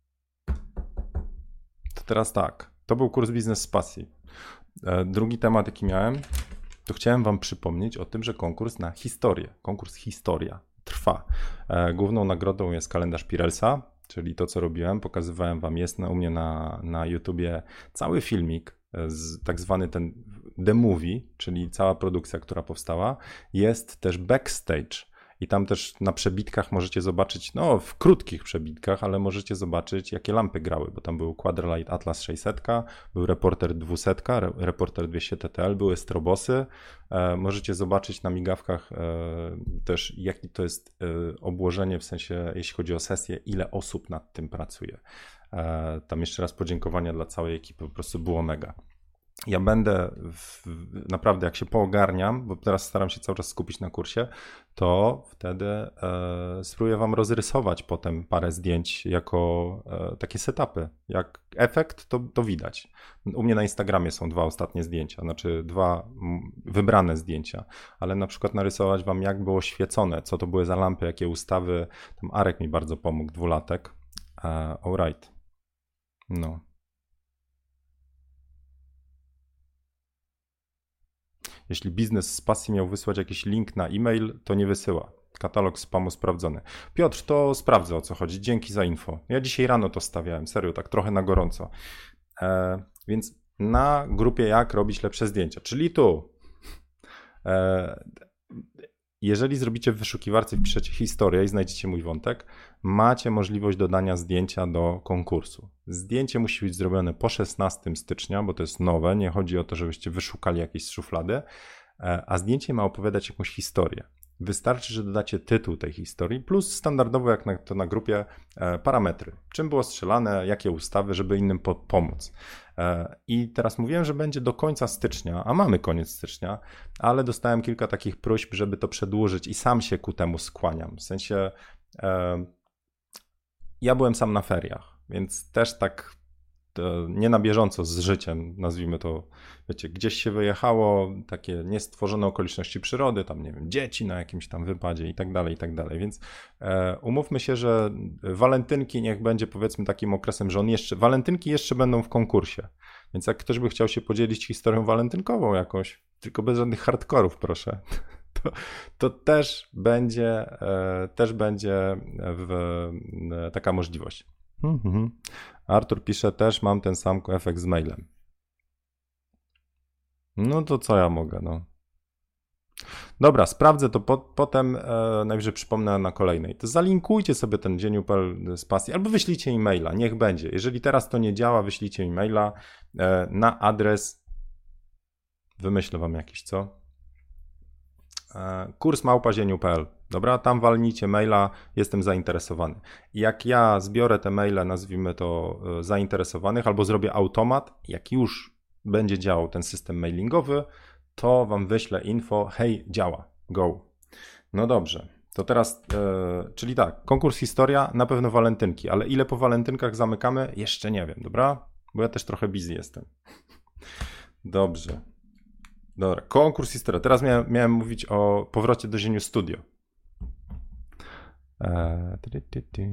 S1: to teraz tak. To był kurs biznes z pasji. E, drugi temat, jaki miałem, to chciałem wam przypomnieć o tym, że konkurs na historię, konkurs Historia trwa. E, główną nagrodą jest kalendarz Pirelsa, czyli to, co robiłem. Pokazywałem wam, jest na, u mnie na, na YouTubie cały filmik, z, tak zwany ten The Movie, czyli cała produkcja, która powstała. Jest też backstage I tam też na przebitkach możecie zobaczyć, no w krótkich przebitkach, ale możecie zobaczyć, jakie lampy grały, bo tam był Quadralight Atlas sześćset, był Reporter dwieście, Reporter dwieście T T L, były strobosy. E, możecie zobaczyć na migawkach e, też, jakie to jest e, obłożenie, w sensie jeśli chodzi o sesję, ile osób nad tym pracuje. E, tam jeszcze raz podziękowania dla całej ekipy, po prostu było mega. Ja będę w, naprawdę, jak się poogarniam, bo teraz staram się cały czas skupić na kursie, to wtedy e, spróbuję wam rozrysować potem parę zdjęć jako e, takie setupy. Jak efekt, to, to widać. U mnie na Instagramie są dwa ostatnie zdjęcia, znaczy dwa m, wybrane zdjęcia, ale na przykład narysować wam, jak było świecone, co to były za lampy, jakie ustawy. Tam Arek mi bardzo pomógł, dwulatek. E, alright. No. Jeśli biznes z pasji miał wysłać jakiś link na e-mail, to nie wysyła. Katalog spamu sprawdzony. Piotr, to sprawdzę, o co chodzi. Dzięki za info. Ja dzisiaj rano to stawiałem, serio, tak trochę na gorąco. E, więc na grupie jak robić lepsze zdjęcia, czyli tu. E, jeżeli zrobicie w wyszukiwarce, wpiszecie historię i znajdziecie mój wątek, macie możliwość dodania zdjęcia do konkursu. Zdjęcie musi być zrobione po szesnastego stycznia, bo to jest nowe, nie chodzi o to, żebyście wyszukali jakieś z szuflady, a zdjęcie ma opowiadać jakąś historię. Wystarczy, że dodacie tytuł tej historii, plus standardowo jak na, to na grupie e, parametry. Czym było strzelane, jakie ustawy, żeby innym po, pomóc. E, I teraz mówiłem, że będzie do końca stycznia, a mamy koniec stycznia, ale dostałem kilka takich próśb, żeby to przedłużyć i sam się ku temu skłaniam. W sensie e, ja byłem sam na feriach, więc też tak nie na bieżąco z życiem, nazwijmy to, wiecie, gdzieś się wyjechało, takie niestworzone okoliczności przyrody, tam nie wiem, dzieci na jakimś tam wypadzie i tak dalej, i tak dalej, więc e, umówmy się, że walentynki niech będzie powiedzmy takim okresem, że on jeszcze, walentynki jeszcze będą w konkursie, więc jak ktoś by chciał się podzielić historią walentynkową jakoś, tylko bez żadnych hardkorów, proszę, to, to też będzie, e, też będzie w, e, taka możliwość. Mhm. Artur pisze, też mam ten sam efekt z mailem. No to co ja mogę, no. Dobra, sprawdzę to po, potem, e, najwyżej przypomnę na kolejnej. To zalinkujcie sobie ten dzień U P L z pasji, albo wyślijcie e-maila, niech będzie. Jeżeli teraz to nie działa, wyślijcie e-maila e, na adres, wymyślę wam jakiś, co? E, kurs małpa zieniu kropka p l. Dobra, tam walnijcie maila, jestem zainteresowany. I jak ja zbiorę te maile, nazwijmy to e, zainteresowanych, albo zrobię automat, jak już będzie działał ten system mailingowy, to wam wyślę info, hej, działa, go. No dobrze, to teraz, e, czyli tak, konkurs historia, na pewno walentynki, ale ile po walentynkach zamykamy, jeszcze nie wiem, dobra? Bo ja też trochę busy jestem. Dobrze. Dobra, konkurs historia. Teraz miałem, miałem mówić o powrocie do Zieniu Studio. Eee, ty, ty, ty.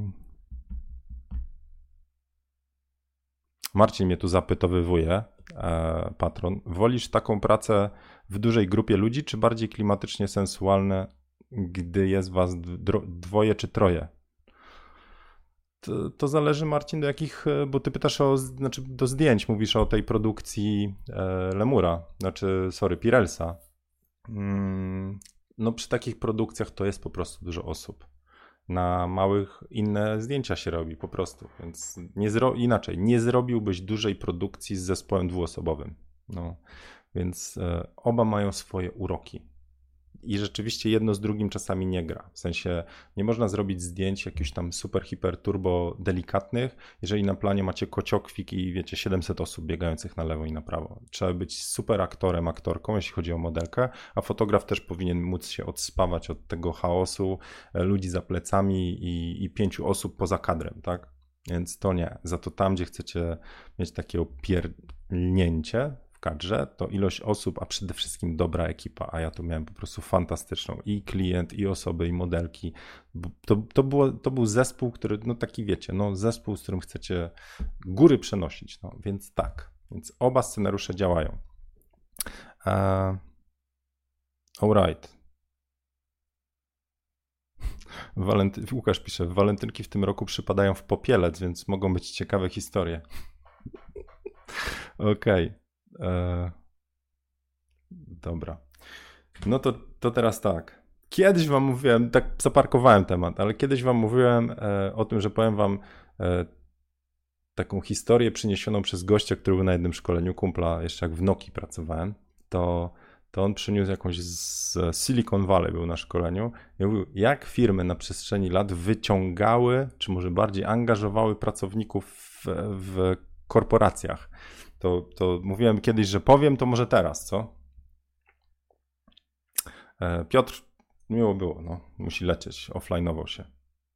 S1: Marcin mnie tu zapytowywuje, e, patron. Wolisz taką pracę w dużej grupie ludzi, czy bardziej klimatycznie sensualne, gdy jest was dwoje czy troje? To, to zależy, Marcin, do jakich, bo ty pytasz o, znaczy do zdjęć, mówisz o tej produkcji e, Lemura, znaczy, sorry, Pirelsa. Mm, no przy takich produkcjach to jest po prostu dużo osób. Na małych inne zdjęcia się robi po prostu, więc nie zro... inaczej, nie zrobiłbyś dużej produkcji z zespołem dwuosobowym. No, więc e, oba mają swoje uroki. I rzeczywiście jedno z drugim czasami nie gra. W sensie nie można zrobić zdjęć jakichś tam super, hiper, turbo delikatnych, jeżeli na planie macie kociokwik i wiecie siedemset osób biegających na lewo i na prawo. Trzeba być super aktorem, aktorką, jeśli chodzi o modelkę, a fotograf też powinien móc się odspawać od tego chaosu, ludzi za plecami i, i pięciu osób poza kadrem, tak? Więc to nie. Za to tam, gdzie chcecie mieć takie opierdnięcie w kadrze, to ilość osób, a przede wszystkim dobra ekipa, a ja tu miałem po prostu fantastyczną i klient, i osoby, i modelki. To, to, było, to był zespół, który, no taki wiecie, no zespół, z którym chcecie góry przenosić, no więc tak. Więc oba scenariusze działają. Uh, alright. Walenty... Łukasz pisze, walentynki w tym roku przypadają w popielec, więc mogą być ciekawe historie. Okej. Okay. E, dobra. No to, to teraz tak. Kiedyś wam mówiłem, tak zaparkowałem temat, ale kiedyś wam mówiłem e, o tym, że powiem wam e, taką historię przyniesioną przez gościa, który był na jednym szkoleniu, kumpla, jeszcze jak w Nokii pracowałem, to, to on przyniósł jakąś z Silicon Valley, był na szkoleniu i mówił, jak firmy na przestrzeni lat wyciągały, czy może bardziej angażowały pracowników w, w korporacjach. To, to mówiłem kiedyś, że powiem, to może teraz, co? E, Piotr, miło było, no, musi lecieć, offline'ował się.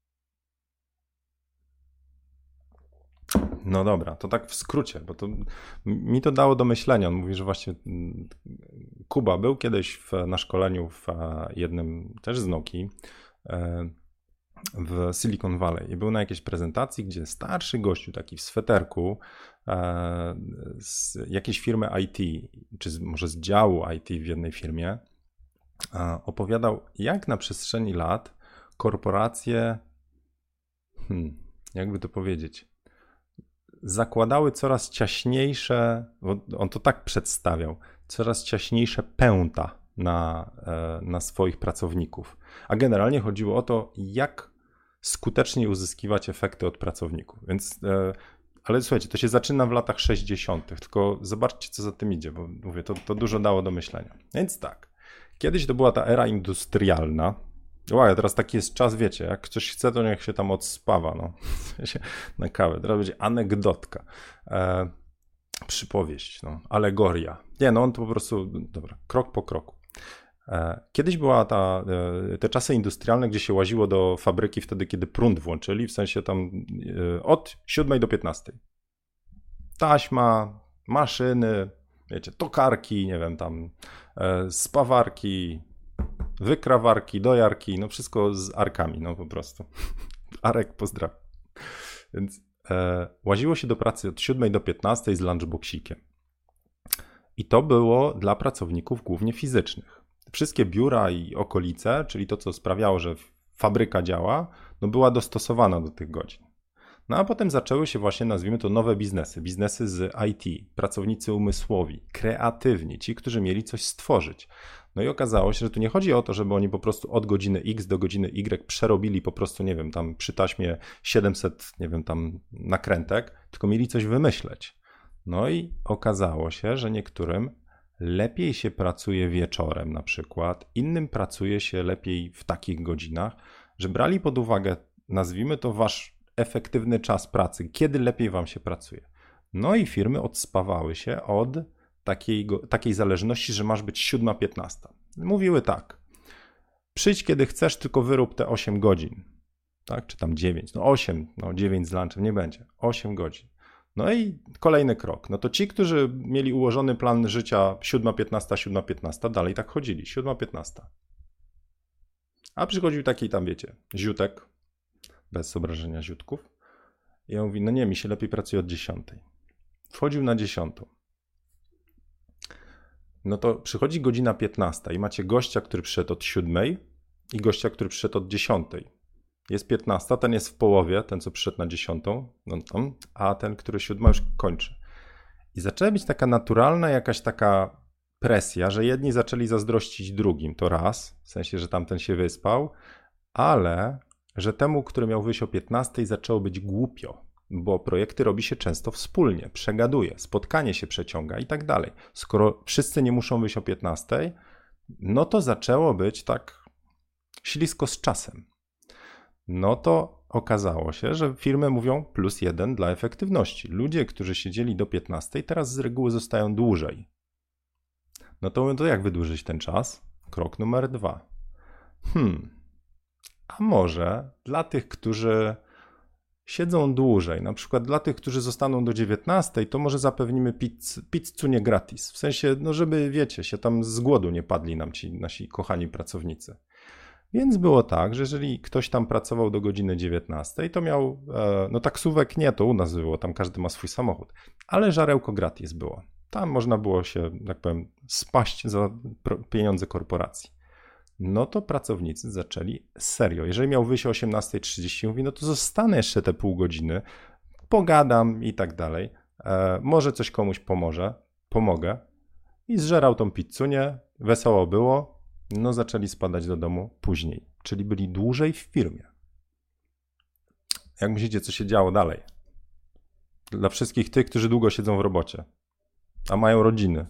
S1: No dobra, to tak w skrócie, bo to mi to dało do myślenia. On mówi, że właśnie mm, Kuba był kiedyś w, na szkoleniu w e, jednym też z Nokii e, w Silicon Valley i był na jakiejś prezentacji, gdzie starszy gościu taki w sweterku e, z jakiejś firmy I T, czy z, może z działu I T w jednej firmie, e, opowiadał, jak na przestrzeni lat korporacje, hmm, jakby to powiedzieć, zakładały coraz ciaśniejsze, bo on to tak przedstawiał, coraz ciaśniejsze pęta na, na swoich pracowników. A generalnie chodziło o to, jak skutecznie uzyskiwać efekty od pracowników. Więc, ale słuchajcie, to się zaczyna w latach sześćdziesiątych, tylko zobaczcie, co za tym idzie, bo mówię, to, to dużo dało do myślenia. Więc tak, kiedyś to była ta era industrialna. Uwaga, teraz taki jest czas, wiecie, jak ktoś chce, to niech się tam odspawa, no, na kawę. Teraz będzie anegdotka, e, przypowieść, no, alegoria. Nie, no on to po prostu, dobra, krok po kroku. E, kiedyś była ta, e, te czasy industrialne, gdzie się łaziło do fabryki wtedy, kiedy prąd włączyli, w sensie tam e, od siódmej do piętnastej. Taśma, maszyny, wiecie, tokarki, nie wiem, tam e, spawarki, wykrawarki, dojarki, no wszystko z arkami, no po prostu. Arek, pozdrawiam. Więc e, łaziło się do pracy od siódmej do piętnastej z lunchboxikiem. I to było dla pracowników głównie fizycznych. Wszystkie biura i okolice, czyli to, co sprawiało, że fabryka działa, no była dostosowana do tych godzin. No a potem zaczęły się właśnie, nazwijmy to, nowe biznesy. Biznesy z I T, pracownicy umysłowi, kreatywni, ci, którzy mieli coś stworzyć. No i okazało się, że tu nie chodzi o to, żeby oni po prostu od godziny X do godziny Y przerobili po prostu, nie wiem, tam przy taśmie siedemset, nie wiem, tam nakrętek, tylko mieli coś wymyśleć. No i okazało się, że niektórym lepiej się pracuje wieczorem na przykład, innym pracuje się lepiej w takich godzinach, że brali pod uwagę, nazwijmy to, wasz efektywny czas pracy, kiedy lepiej wam się pracuje. No i firmy odspawały się od takiej, takiej zależności, że masz być siódma piętnasta. Mówiły tak, przyjdź kiedy chcesz, tylko wyrób te osiem godzin, tak, czy tam dziewięć, no osiem, no dziewięć z lunchem nie będzie, osiem godzin. No i kolejny krok, no to ci, którzy mieli ułożony plan życia siódma piętnasta, siódma piętnasta, dalej tak chodzili, siódma piętnasta. A przychodził taki tam, wiecie, ziutek, bez obrażenia ziutków, i on mówi, no nie, mi się lepiej pracuje od dziesiątej. Wchodził na dziesiątą. No to przychodzi godzina piętnasta i macie gościa, który przyszedł od siódmej i gościa, który przyszedł od dziesiątej. Jest piętnasta, ten jest w połowie, ten co przyszedł na dziesiątą, no, no, a ten, który siódma już kończy. I zaczęła być taka naturalna jakaś taka presja, że jedni zaczęli zazdrościć drugim, to raz, w sensie, że tamten się wyspał, ale że temu, który miał wyjść o piętnastej, zaczęło być głupio, bo projekty robi się często wspólnie, przegaduje, spotkanie się przeciąga i tak dalej. Skoro wszyscy nie muszą wyjść o piętnastej, no to zaczęło być tak ślisko z czasem. No to okazało się, że firmy mówią plus jeden dla efektywności. Ludzie, którzy siedzieli do piętnastej, teraz z reguły zostają dłużej. No to, to jak wydłużyć ten czas? Krok numer dwa. Hmm, a może dla tych, którzy siedzą dłużej, na przykład dla tych, którzy zostaną do dziewiętnastej, to może zapewnimy pizz, pizzunię gratis. W sensie, no żeby, wiecie, się tam z głodu nie padli nam ci nasi kochani pracownicy. Więc było tak, że jeżeli ktoś tam pracował do godziny dziewiętnastej, to miał, no taksówek nie, to u nas było, tam każdy ma swój samochód, ale żarełko gratis było. Tam można było się, jak powiem, spaść za pieniądze korporacji. No to pracownicy zaczęli serio. Jeżeli miał wyjść o osiemnasta trzydzieści, mówi, no to zostanę jeszcze te pół godziny, pogadam i tak dalej. E, może coś komuś pomoże, pomogę. I zżerał tą pizzunię, wesoło było. No zaczęli spadać do domu później, czyli byli dłużej w firmie. Jak myślicie, co się działo dalej? Dla wszystkich tych, którzy długo siedzą w robocie, a mają rodziny.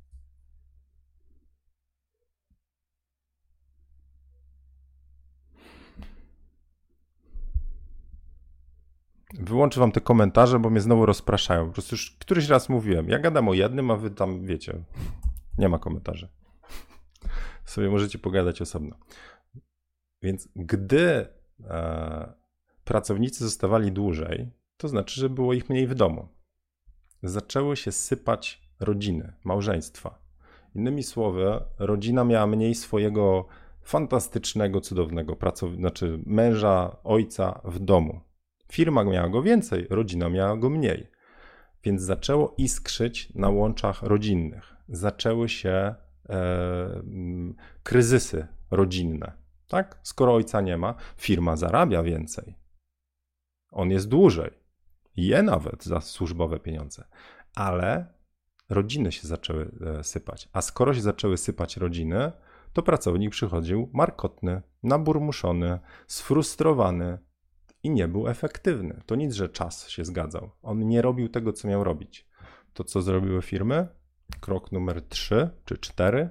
S1: Wyłączę wam te komentarze, bo mnie znowu rozpraszają. Po prostu już któryś raz mówiłem. Ja gadam o jednym, a wy tam wiecie, nie ma komentarzy. Sobie możecie pogadać osobno. Więc gdy e, pracownicy zostawali dłużej, to znaczy, że było ich mniej w domu. Zaczęły się sypać rodziny, małżeństwa. Innymi słowy, rodzina miała mniej swojego fantastycznego, cudownego pracownika, znaczy męża, ojca w domu. Firma miała go więcej, rodzina miała go mniej. Więc zaczęło iskrzyć na łączach rodzinnych. Zaczęły się e, kryzysy rodzinne. Tak? Skoro ojca nie ma, firma zarabia więcej. On jest dłużej. Je nawet za służbowe pieniądze. Ale rodziny się zaczęły sypać. A skoro się zaczęły sypać rodziny, to pracownik przychodził markotny, naburmuszony, sfrustrowany i nie był efektywny. To nic, że czas się zgadzał. On nie robił tego, co miał robić. To, co zrobiły firmy? Krok numer trzy czy cztery.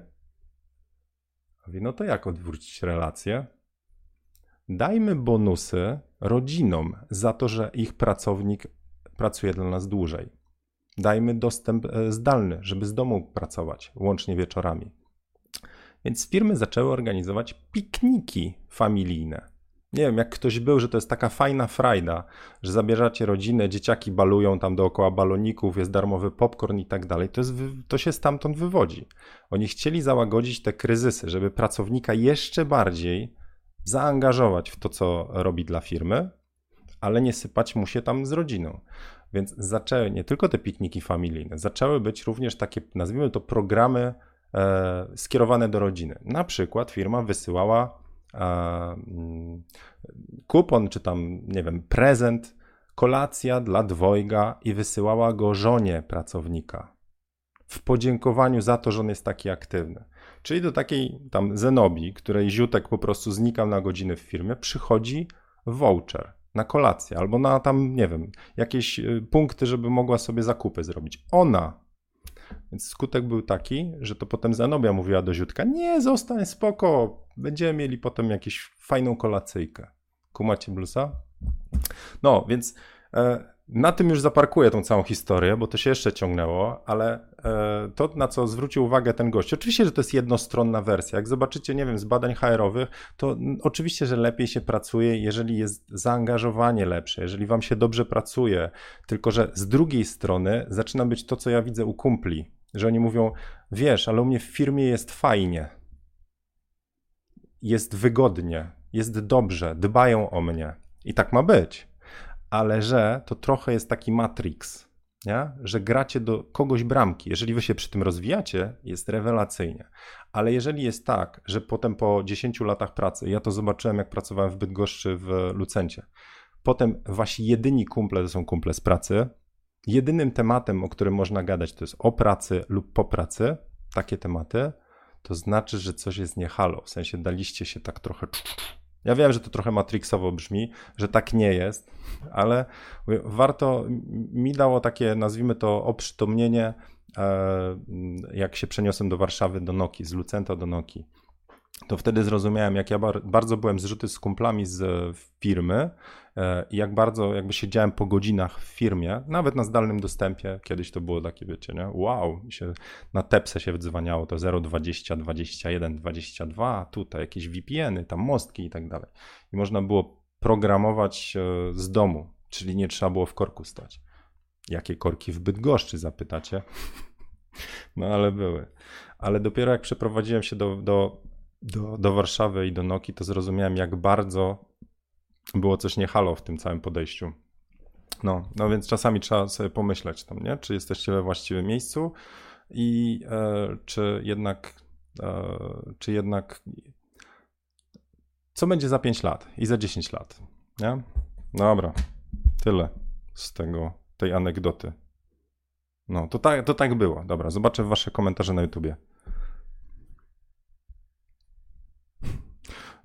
S1: Mówi, no to jak odwrócić relacje? Dajmy bonusy rodzinom za to, że ich pracownik pracuje dla nas dłużej. Dajmy dostęp zdalny, żeby z domu pracować, łącznie wieczorami. Więc firmy zaczęły organizować pikniki familijne. Nie wiem, jak ktoś był, że to jest taka fajna frajda, że zabierzecie rodzinę, dzieciaki balują tam dookoła baloników, jest darmowy popcorn i tak dalej. To, jest, to się stamtąd wywodzi. Oni chcieli załagodzić te kryzysy, żeby pracownika jeszcze bardziej zaangażować w to, co robi dla firmy, ale nie sypać mu się tam z rodziną. Więc zaczęły nie tylko te pikniki familijne, zaczęły być również takie, nazwijmy to, programy e, skierowane do rodziny. Na przykład firma wysyłała e, kupon, czy tam, nie wiem, prezent, kolacja dla dwojga i wysyłała go żonie pracownika w podziękowaniu za to, że on jest taki aktywny. Czyli do takiej tam Zenobii, której ziutek po prostu znikał na godziny w firmie, przychodzi voucher na kolację albo na tam, nie wiem, jakieś punkty, żeby mogła sobie zakupy zrobić. Ona. Więc skutek był taki, że to potem Zenobia mówiła do ziutka, nie, zostań, spoko, będziemy mieli potem jakąś fajną kolacyjkę. Kumacie bluesa? No, więc e, na tym już zaparkuję tą całą historię, bo to się jeszcze ciągnęło, ale e, to, na co zwrócił uwagę ten gość, oczywiście, że to jest jednostronna wersja. Jak zobaczycie, nie wiem, z badań H R-owych, to m, oczywiście, że lepiej się pracuje, jeżeli jest zaangażowanie lepsze, jeżeli wam się dobrze pracuje, tylko że z drugiej strony zaczyna być to, co ja widzę u kumpli, że oni mówią, wiesz, ale u mnie w firmie jest fajnie, jest wygodnie, jest dobrze, dbają o mnie i tak ma być. Ale że to trochę jest taki Matrix, nie? Że gracie do kogoś bramki. Jeżeli wy się przy tym rozwijacie, jest rewelacyjnie. Ale jeżeli jest tak, że potem po dziesięciu latach pracy, ja to zobaczyłem, jak pracowałem w Bydgoszczy w Lucencie, potem wasi jedyni kumple to są kumple z pracy, jedynym tematem, o którym można gadać, to jest o pracy lub po pracy, takie tematy, to znaczy, że coś jest nie halo. W sensie daliście się tak trochę... Ja wiem, że to trochę matrixowo brzmi, że tak nie jest, ale warto, mi dało takie, nazwijmy to, oprzytomnienie, jak się przeniosłem do Warszawy, do Nokii, z Lucenta do Nokii. To wtedy zrozumiałem, jak ja bardzo byłem zrzuty z kumplami z firmy i jak bardzo jakby siedziałem po godzinach w firmie, nawet na zdalnym dostępie. Kiedyś to było takie, wiecie, nie? Wow, się na tepsę się wdzwaniało, to zero dwadzieścia, dwadzieścia jeden, dwadzieścia dwa, tutaj jakieś V P N y, tam mostki i tak dalej. I można było programować z domu, czyli nie trzeba było w korku stać. Jakie korki w Bydgoszczy, zapytacie? No ale były. Ale dopiero jak przeprowadziłem się do, do Do, do Warszawy i do Nokii, to zrozumiałem, jak bardzo było coś nie halo w tym całym podejściu. No, no więc czasami trzeba sobie pomyśleć tam, nie? Czy jesteście we właściwym miejscu i e, czy jednak e, czy jednak co będzie za pięć lat i za dziesięć lat, nie? Dobra, tyle z tego, tej anegdoty. No, to tak, to tak było. Dobra, zobaczę wasze komentarze na YouTubie.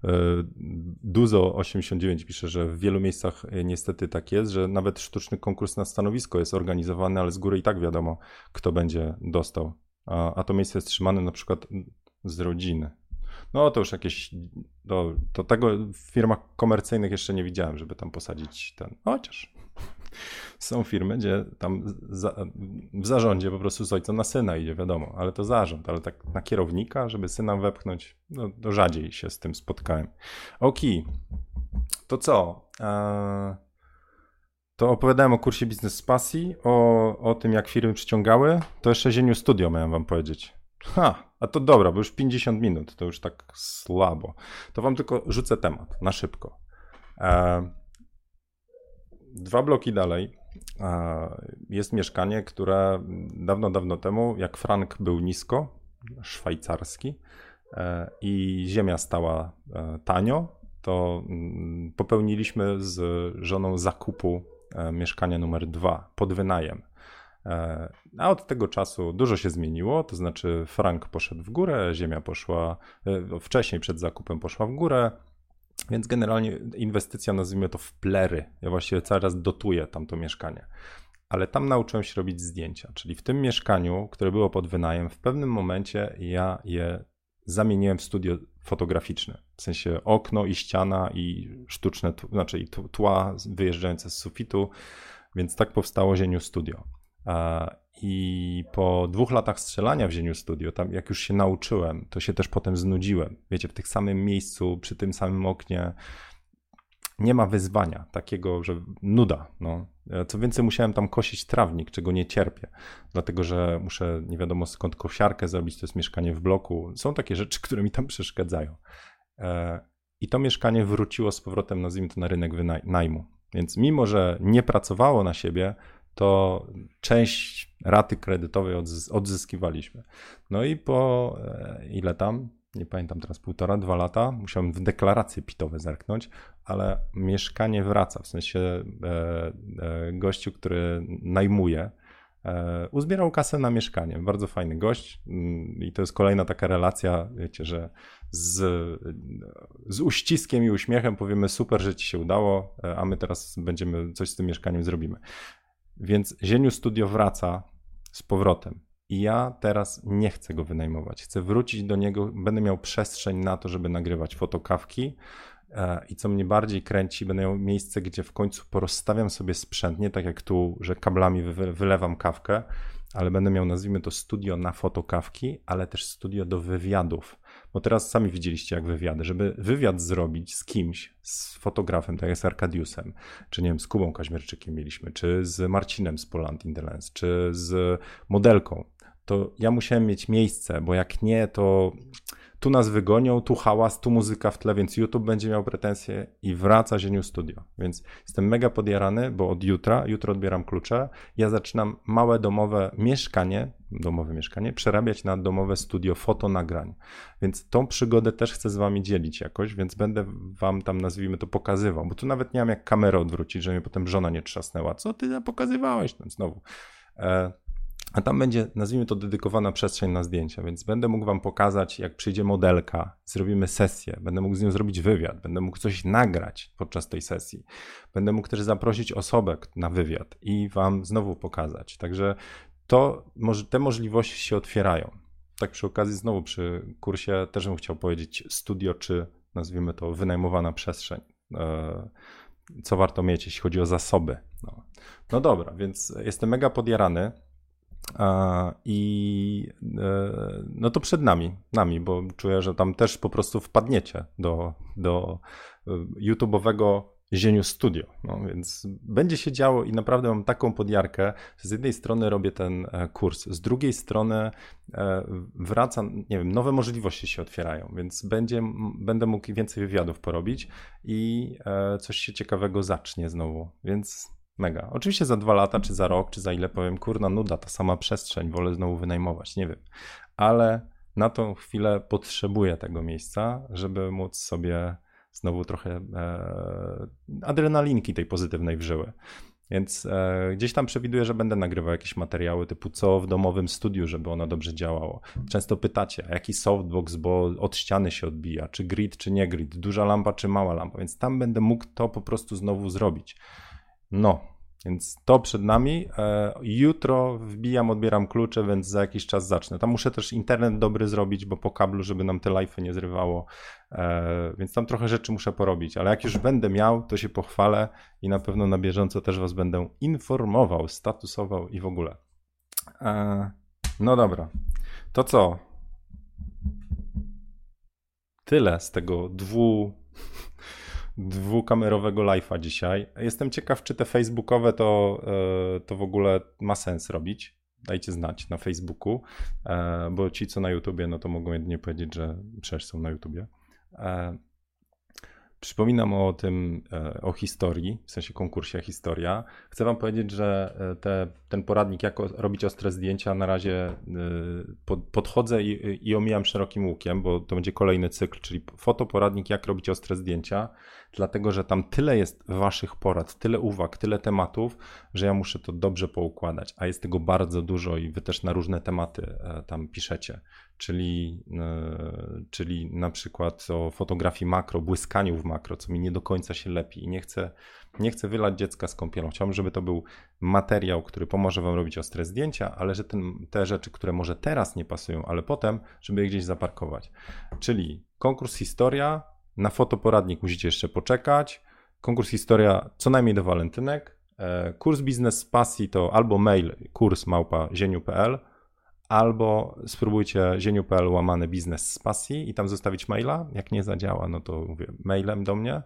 S1: Duzo osiemdziesiąt dziewięć pisze, że w wielu miejscach niestety tak jest, że nawet sztuczny konkurs na stanowisko jest organizowany, ale z góry i tak wiadomo, kto będzie dostał. A, a to miejsce jest trzymane na przykład z rodziny. No to już jakieś, to, to tego w firmach komercyjnych jeszcze nie widziałem, żeby tam posadzić ten, chociaż są firmy, gdzie tam za, w zarządzie po prostu z ojca na syna idzie, wiadomo, ale to zarząd, ale tak na kierownika, żeby syna wepchnąć, no to rzadziej się z tym spotkałem. Okej, to co? Eee, to opowiadałem o kursie Biznes z Pasji, o, o tym jak firmy przyciągały, to jeszcze Zieniu Studio miałem wam powiedzieć. Ha, a to dobra, bo już pięćdziesiąt minut, to już tak słabo. To wam tylko rzucę temat, na szybko. Eee, dwa bloki dalej jest mieszkanie, które dawno, dawno temu, jak frank był nisko, szwajcarski, i ziemia stała tanio, to popełniliśmy z żoną zakupu mieszkania numer dwa pod wynajem. A od tego czasu dużo się zmieniło, to znaczy frank poszedł w górę, ziemia poszła, wcześniej przed zakupem poszła w górę, więc generalnie inwestycja, nazwijmy to w plery. Ja właściwie cały czas dotuję tamto mieszkanie. Ale tam nauczyłem się robić zdjęcia, czyli w tym mieszkaniu, które było pod wynajem, w pewnym momencie ja je zamieniłem w studio fotograficzne. W sensie okno i ściana i sztuczne, znaczy i tła wyjeżdżające z sufitu, więc tak powstało Zieniu Studio. I po dwóch latach strzelania w Zieniu Studio, tam jak już się nauczyłem, to się też potem znudziłem. Wiecie, w tym samym miejscu, przy tym samym oknie nie ma wyzwania takiego, że nuda. No. Co więcej, musiałem tam kosić trawnik, czego nie cierpię, dlatego że muszę nie wiadomo skąd kosiarkę zrobić, to jest mieszkanie w bloku. Są takie rzeczy, które mi tam przeszkadzają. I to mieszkanie wróciło z powrotem, nazwijmy to, na rynek wynajmu. Więc mimo, że nie pracowało na siebie, to część raty kredytowej odzyskiwaliśmy. No i po ile tam, nie pamiętam teraz, półtora, dwa lata, musiałem w deklaracje pitowe zerknąć, ale mieszkanie wraca, w sensie e, e, gościu, który najmuje, e, uzbierał kasę na mieszkanie. Bardzo fajny gość i to jest kolejna taka relacja, wiecie, że z, z uściskiem i uśmiechem powiemy super, że ci się udało, a my teraz będziemy coś z tym mieszkaniem zrobimy. Więc Zieniu Studio wraca z powrotem i ja teraz nie chcę go wynajmować. Chcę wrócić do niego, będę miał przestrzeń na to, żeby nagrywać fotokawki i co mnie bardziej kręci, będę miał miejsce, gdzie w końcu porozstawiam sobie sprzęt, nie tak jak tu, że kablami wy- wylewam kawkę, ale będę miał, nazwijmy to, studio na fotokawki, ale też studio do wywiadów. Bo teraz sami widzieliście jak wywiady. Żeby wywiad zrobić z kimś, z fotografem, tak jak z Arkadiusem, czy nie wiem, z Kubą Kaźmierczykiem mieliśmy, czy z Marcinem z Poland in the Lens, czy z modelką, to ja musiałem mieć miejsce, bo jak nie, to tu nas wygonią, tu hałas, tu muzyka w tle, więc YouTube będzie miał pretensje i wraca Zieniu Studio. Więc jestem mega podjarany, bo od jutra, jutro odbieram klucze, ja zaczynam małe domowe mieszkanie, domowe mieszkanie, przerabiać na domowe studio fotonagrań. Więc tą przygodę też chcę z wami dzielić jakoś, więc będę wam tam, nazwijmy to, pokazywał, bo tu nawet nie mam jak kamerę odwrócić, że mnie potem żona nie trzasnęła. Co ty pokazywałeś? No znowu. E A tam będzie, nazwijmy to, dedykowana przestrzeń na zdjęcia, więc będę mógł wam pokazać, jak przyjdzie modelka, zrobimy sesję, będę mógł z nią zrobić wywiad, będę mógł coś nagrać podczas tej sesji, będę mógł też zaprosić osobę na wywiad i wam znowu pokazać. Także to, te możliwości się otwierają. Tak przy okazji znowu przy kursie też bym chciał powiedzieć studio, czy nazwijmy to wynajmowana przestrzeń. Co warto mieć, jeśli chodzi o zasoby. No, no dobra, więc jestem mega podjarany. I no to przed nami, nami, bo czuję, że tam też po prostu wpadniecie do, do YouTube'owego Zieniu Studio, no więc będzie się działo i naprawdę mam taką podjarkę, że z jednej strony robię ten kurs, z drugiej strony wracam, nie wiem, nowe możliwości się otwierają, więc będzie, będę mógł więcej wywiadów porobić i coś się ciekawego zacznie znowu, więc mega. Oczywiście za dwa lata, czy za rok, czy za ile powiem, kurna nuda, ta sama przestrzeń, wolę znowu wynajmować, nie wiem. Ale na tą chwilę potrzebuję tego miejsca, żeby móc sobie znowu trochę e, adrenalinki tej pozytywnej wżyły. Więc e, gdzieś tam przewiduję, że będę nagrywał jakieś materiały typu co w domowym studiu, żeby ono dobrze działało. Często pytacie, a jaki softbox, bo od ściany się odbija, czy grid, czy nie grid, duża lampa, czy mała lampa, więc tam będę mógł to po prostu znowu zrobić. No, więc to przed nami. E, jutro wbijam, odbieram klucze, więc za jakiś czas zacznę. Tam muszę też internet dobry zrobić, bo po kablu, żeby nam te live'y nie zrywało, e, więc tam trochę rzeczy muszę porobić, ale jak już będę miał, to się pochwalę i na pewno na bieżąco też was będę informował, statusował i w ogóle. E, no dobra, to co? Tyle z tego dwu... dwukamerowego live'a dzisiaj. Jestem ciekaw, czy te facebookowe to, to w ogóle ma sens robić. Dajcie znać na Facebooku, bo ci, co na YouTubie, no to mogą jedynie powiedzieć, że przecież są na YouTubie. Przypominam o tym, o historii, w sensie konkursie Historia. Chcę wam powiedzieć, że te, ten poradnik, jak robić ostre zdjęcia, na razie pod, podchodzę i, i omijam szerokim łukiem, bo to będzie kolejny cykl, czyli fotoporadnik, jak robić ostre zdjęcia, dlatego, że tam tyle jest waszych porad, tyle uwag, tyle tematów, że ja muszę to dobrze poukładać, a jest tego bardzo dużo i wy też na różne tematy tam piszecie. Czyli, yy, czyli na przykład o fotografii makro, błyskaniu w makro, co mi nie do końca się lepi i nie chcę, nie chcę wylać dziecka z kąpielą. Chciałbym, żeby to był materiał, który pomoże wam robić ostre zdjęcia, ale że ten, te rzeczy, które może teraz nie pasują, ale potem, żeby je gdzieś zaparkować. Czyli konkurs Historia, na fotoporadnik musicie jeszcze poczekać, konkurs Historia co najmniej do walentynek, e, kurs Biznes z Pasji to albo mail kurs małpa zieniu kropka p l, albo spróbujcie zieniu kropka p l łamane biznes z pasji i tam zostawić maila. Jak nie zadziała, no to mówię mailem do mnie,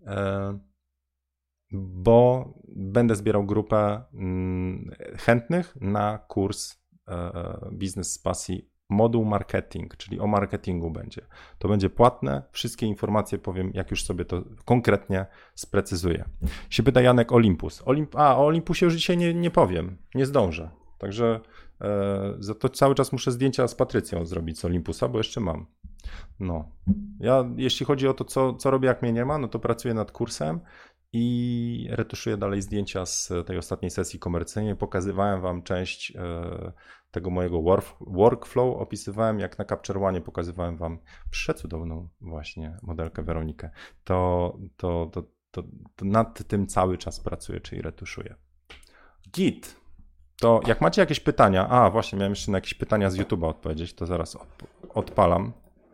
S1: bo będę zbierał grupę chętnych na kurs biznes z pasji moduł marketing, czyli o marketingu będzie. To będzie płatne, wszystkie informacje powiem, jak już sobie to konkretnie sprecyzuję. Się pyta Janek Olympus. Olimp- A, o Olympusie już dzisiaj nie, nie powiem, nie zdążę. Także e, za to cały czas muszę zdjęcia z Patrycją zrobić z Olympusa, bo jeszcze mam. No. Ja, jeśli chodzi o to, co, co robię, jak mnie nie ma, no to pracuję nad kursem i retuszuję dalej zdjęcia z tej ostatniej sesji komercyjnej. Pokazywałem wam część e, tego mojego work, workflow, opisywałem, jak na Capture One pokazywałem wam przecudowną właśnie modelkę Weronikę. To, to, to, to, to nad tym cały czas pracuję, czyli retuszuję. Git. To jak macie jakieś pytania, a właśnie miałem jeszcze na jakieś pytania z YouTube'a odpowiedzieć, to zaraz od, odpalam.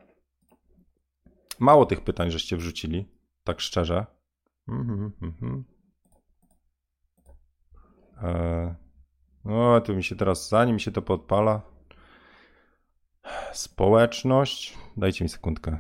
S1: Mało tych pytań żeście wrzucili, tak szczerze. Mm, mm, mm. E, no, tu mi się teraz, zanim się to podpala. Społeczność. Dajcie mi sekundkę.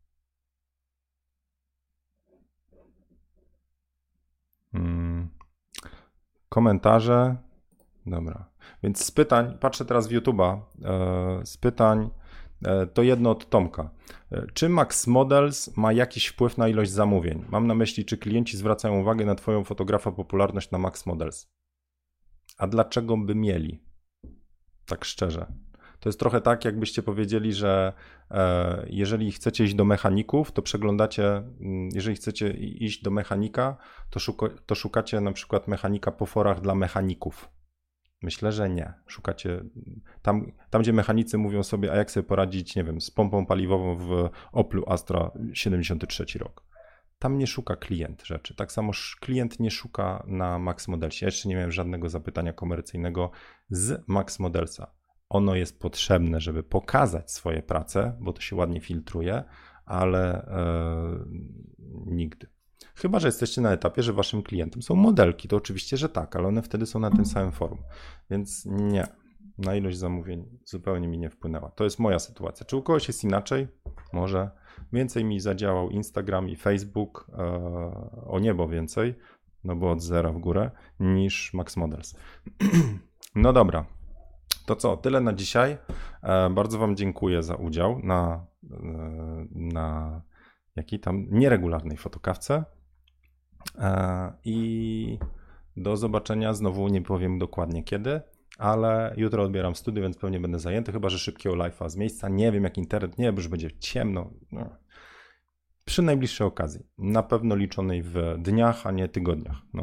S1: Mm. Komentarze. Dobra. Więc z pytań, patrzę teraz w YouTube'a, e, z pytań e, to jedno od Tomka. E, czy Max Models ma jakiś wpływ na ilość zamówień? Mam na myśli, czy klienci zwracają uwagę na twoją fotografa popularność na Max Models? A dlaczego by mieli? Tak szczerze. To jest trochę tak, jakbyście powiedzieli, że e, jeżeli chcecie iść do mechaników, to przeglądacie, jeżeli chcecie iść do mechanika, to, szuka, to szukacie na przykład mechanika po forach dla mechaników. Myślę, że nie. Szukacie tam, tam, gdzie mechanicy mówią sobie, a jak sobie poradzić, nie wiem, z pompą paliwową w Oplu Astra siedemdziesiąty trzeci rok. Tam nie szuka klient rzeczy. Tak samo klient nie szuka na Max Modelsie. Ja jeszcze nie miałem żadnego zapytania komercyjnego z Max Modelsa. Ono jest potrzebne, żeby pokazać swoje prace, bo to się ładnie filtruje, ale e, nigdy. Chyba że jesteście na etapie, że waszym klientem są modelki, to oczywiście, że tak, ale one wtedy są na tym samym forum. Więc nie, na ilość zamówień zupełnie mi nie wpłynęła. To jest moja sytuacja. Czy u kogoś jest inaczej? Może. Więcej mi zadziałał Instagram i Facebook, e, o niebo więcej, no bo od zera w górę, niż Max Models. No dobra. To co, tyle na dzisiaj. E, bardzo wam dziękuję za udział na, e, na jakiej tam nieregularnej fotokawce. E, I do zobaczenia. Znowu nie powiem dokładnie kiedy, ale jutro odbieram studiu, więc pewnie będę zajęty, chyba że szybkiego live'a z miejsca. Nie wiem jak internet, nie, bo już będzie ciemno. No. Przy najbliższej okazji. Na pewno liczonej w dniach, a nie tygodniach. No,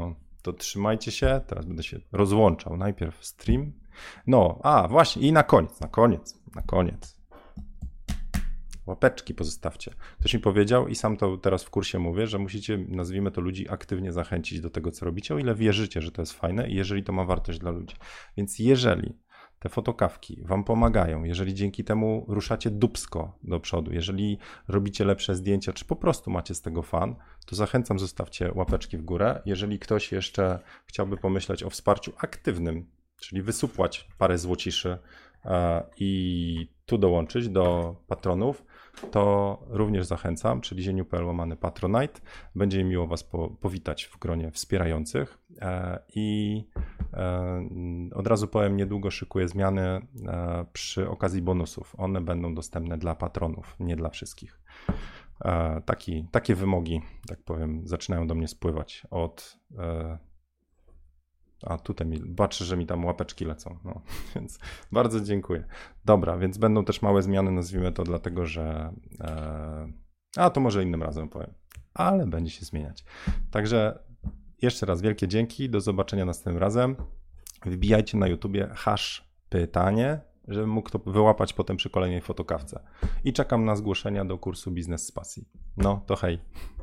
S1: to trzymajcie się. Teraz będę się rozłączał. Najpierw stream. No, a właśnie i na koniec, na koniec, na koniec. Łapeczki pozostawcie. Ktoś mi powiedział i sam to teraz w kursie mówię, że musicie, nazwijmy to, ludzi aktywnie zachęcić do tego, co robicie, o ile wierzycie, że to jest fajne i jeżeli to ma wartość dla ludzi. Więc jeżeli te fotokawki wam pomagają, jeżeli dzięki temu ruszacie dupsko do przodu, jeżeli robicie lepsze zdjęcia, czy po prostu macie z tego fan, to zachęcam, zostawcie łapeczki w górę. Jeżeli ktoś jeszcze chciałby pomyśleć o wsparciu aktywnym, czyli wysupłać parę złociszy i tu dołączyć do patronów, to również zachęcam, czyli zieniu.pl łamany Patronite. Będzie mi miło was po, powitać w gronie wspierających i od razu powiem, niedługo szykuję zmiany przy okazji bonusów. One będą dostępne dla patronów, nie dla wszystkich. Taki, takie wymogi, tak powiem, zaczynają do mnie spływać od... A tutaj mi, patrzę, że mi tam łapeczki lecą, no, więc bardzo dziękuję. Dobra, więc będą też małe zmiany, nazwijmy to, dlatego że, e, a to może innym razem powiem, ale będzie się zmieniać. Także jeszcze raz wielkie dzięki, do zobaczenia następnym razem. Wbijajcie na YouTubie hash pytanie, żebym mógł to wyłapać potem przy kolejnej fotokawce. I czekam na zgłoszenia do kursu Biznes z Pasji. No to hej.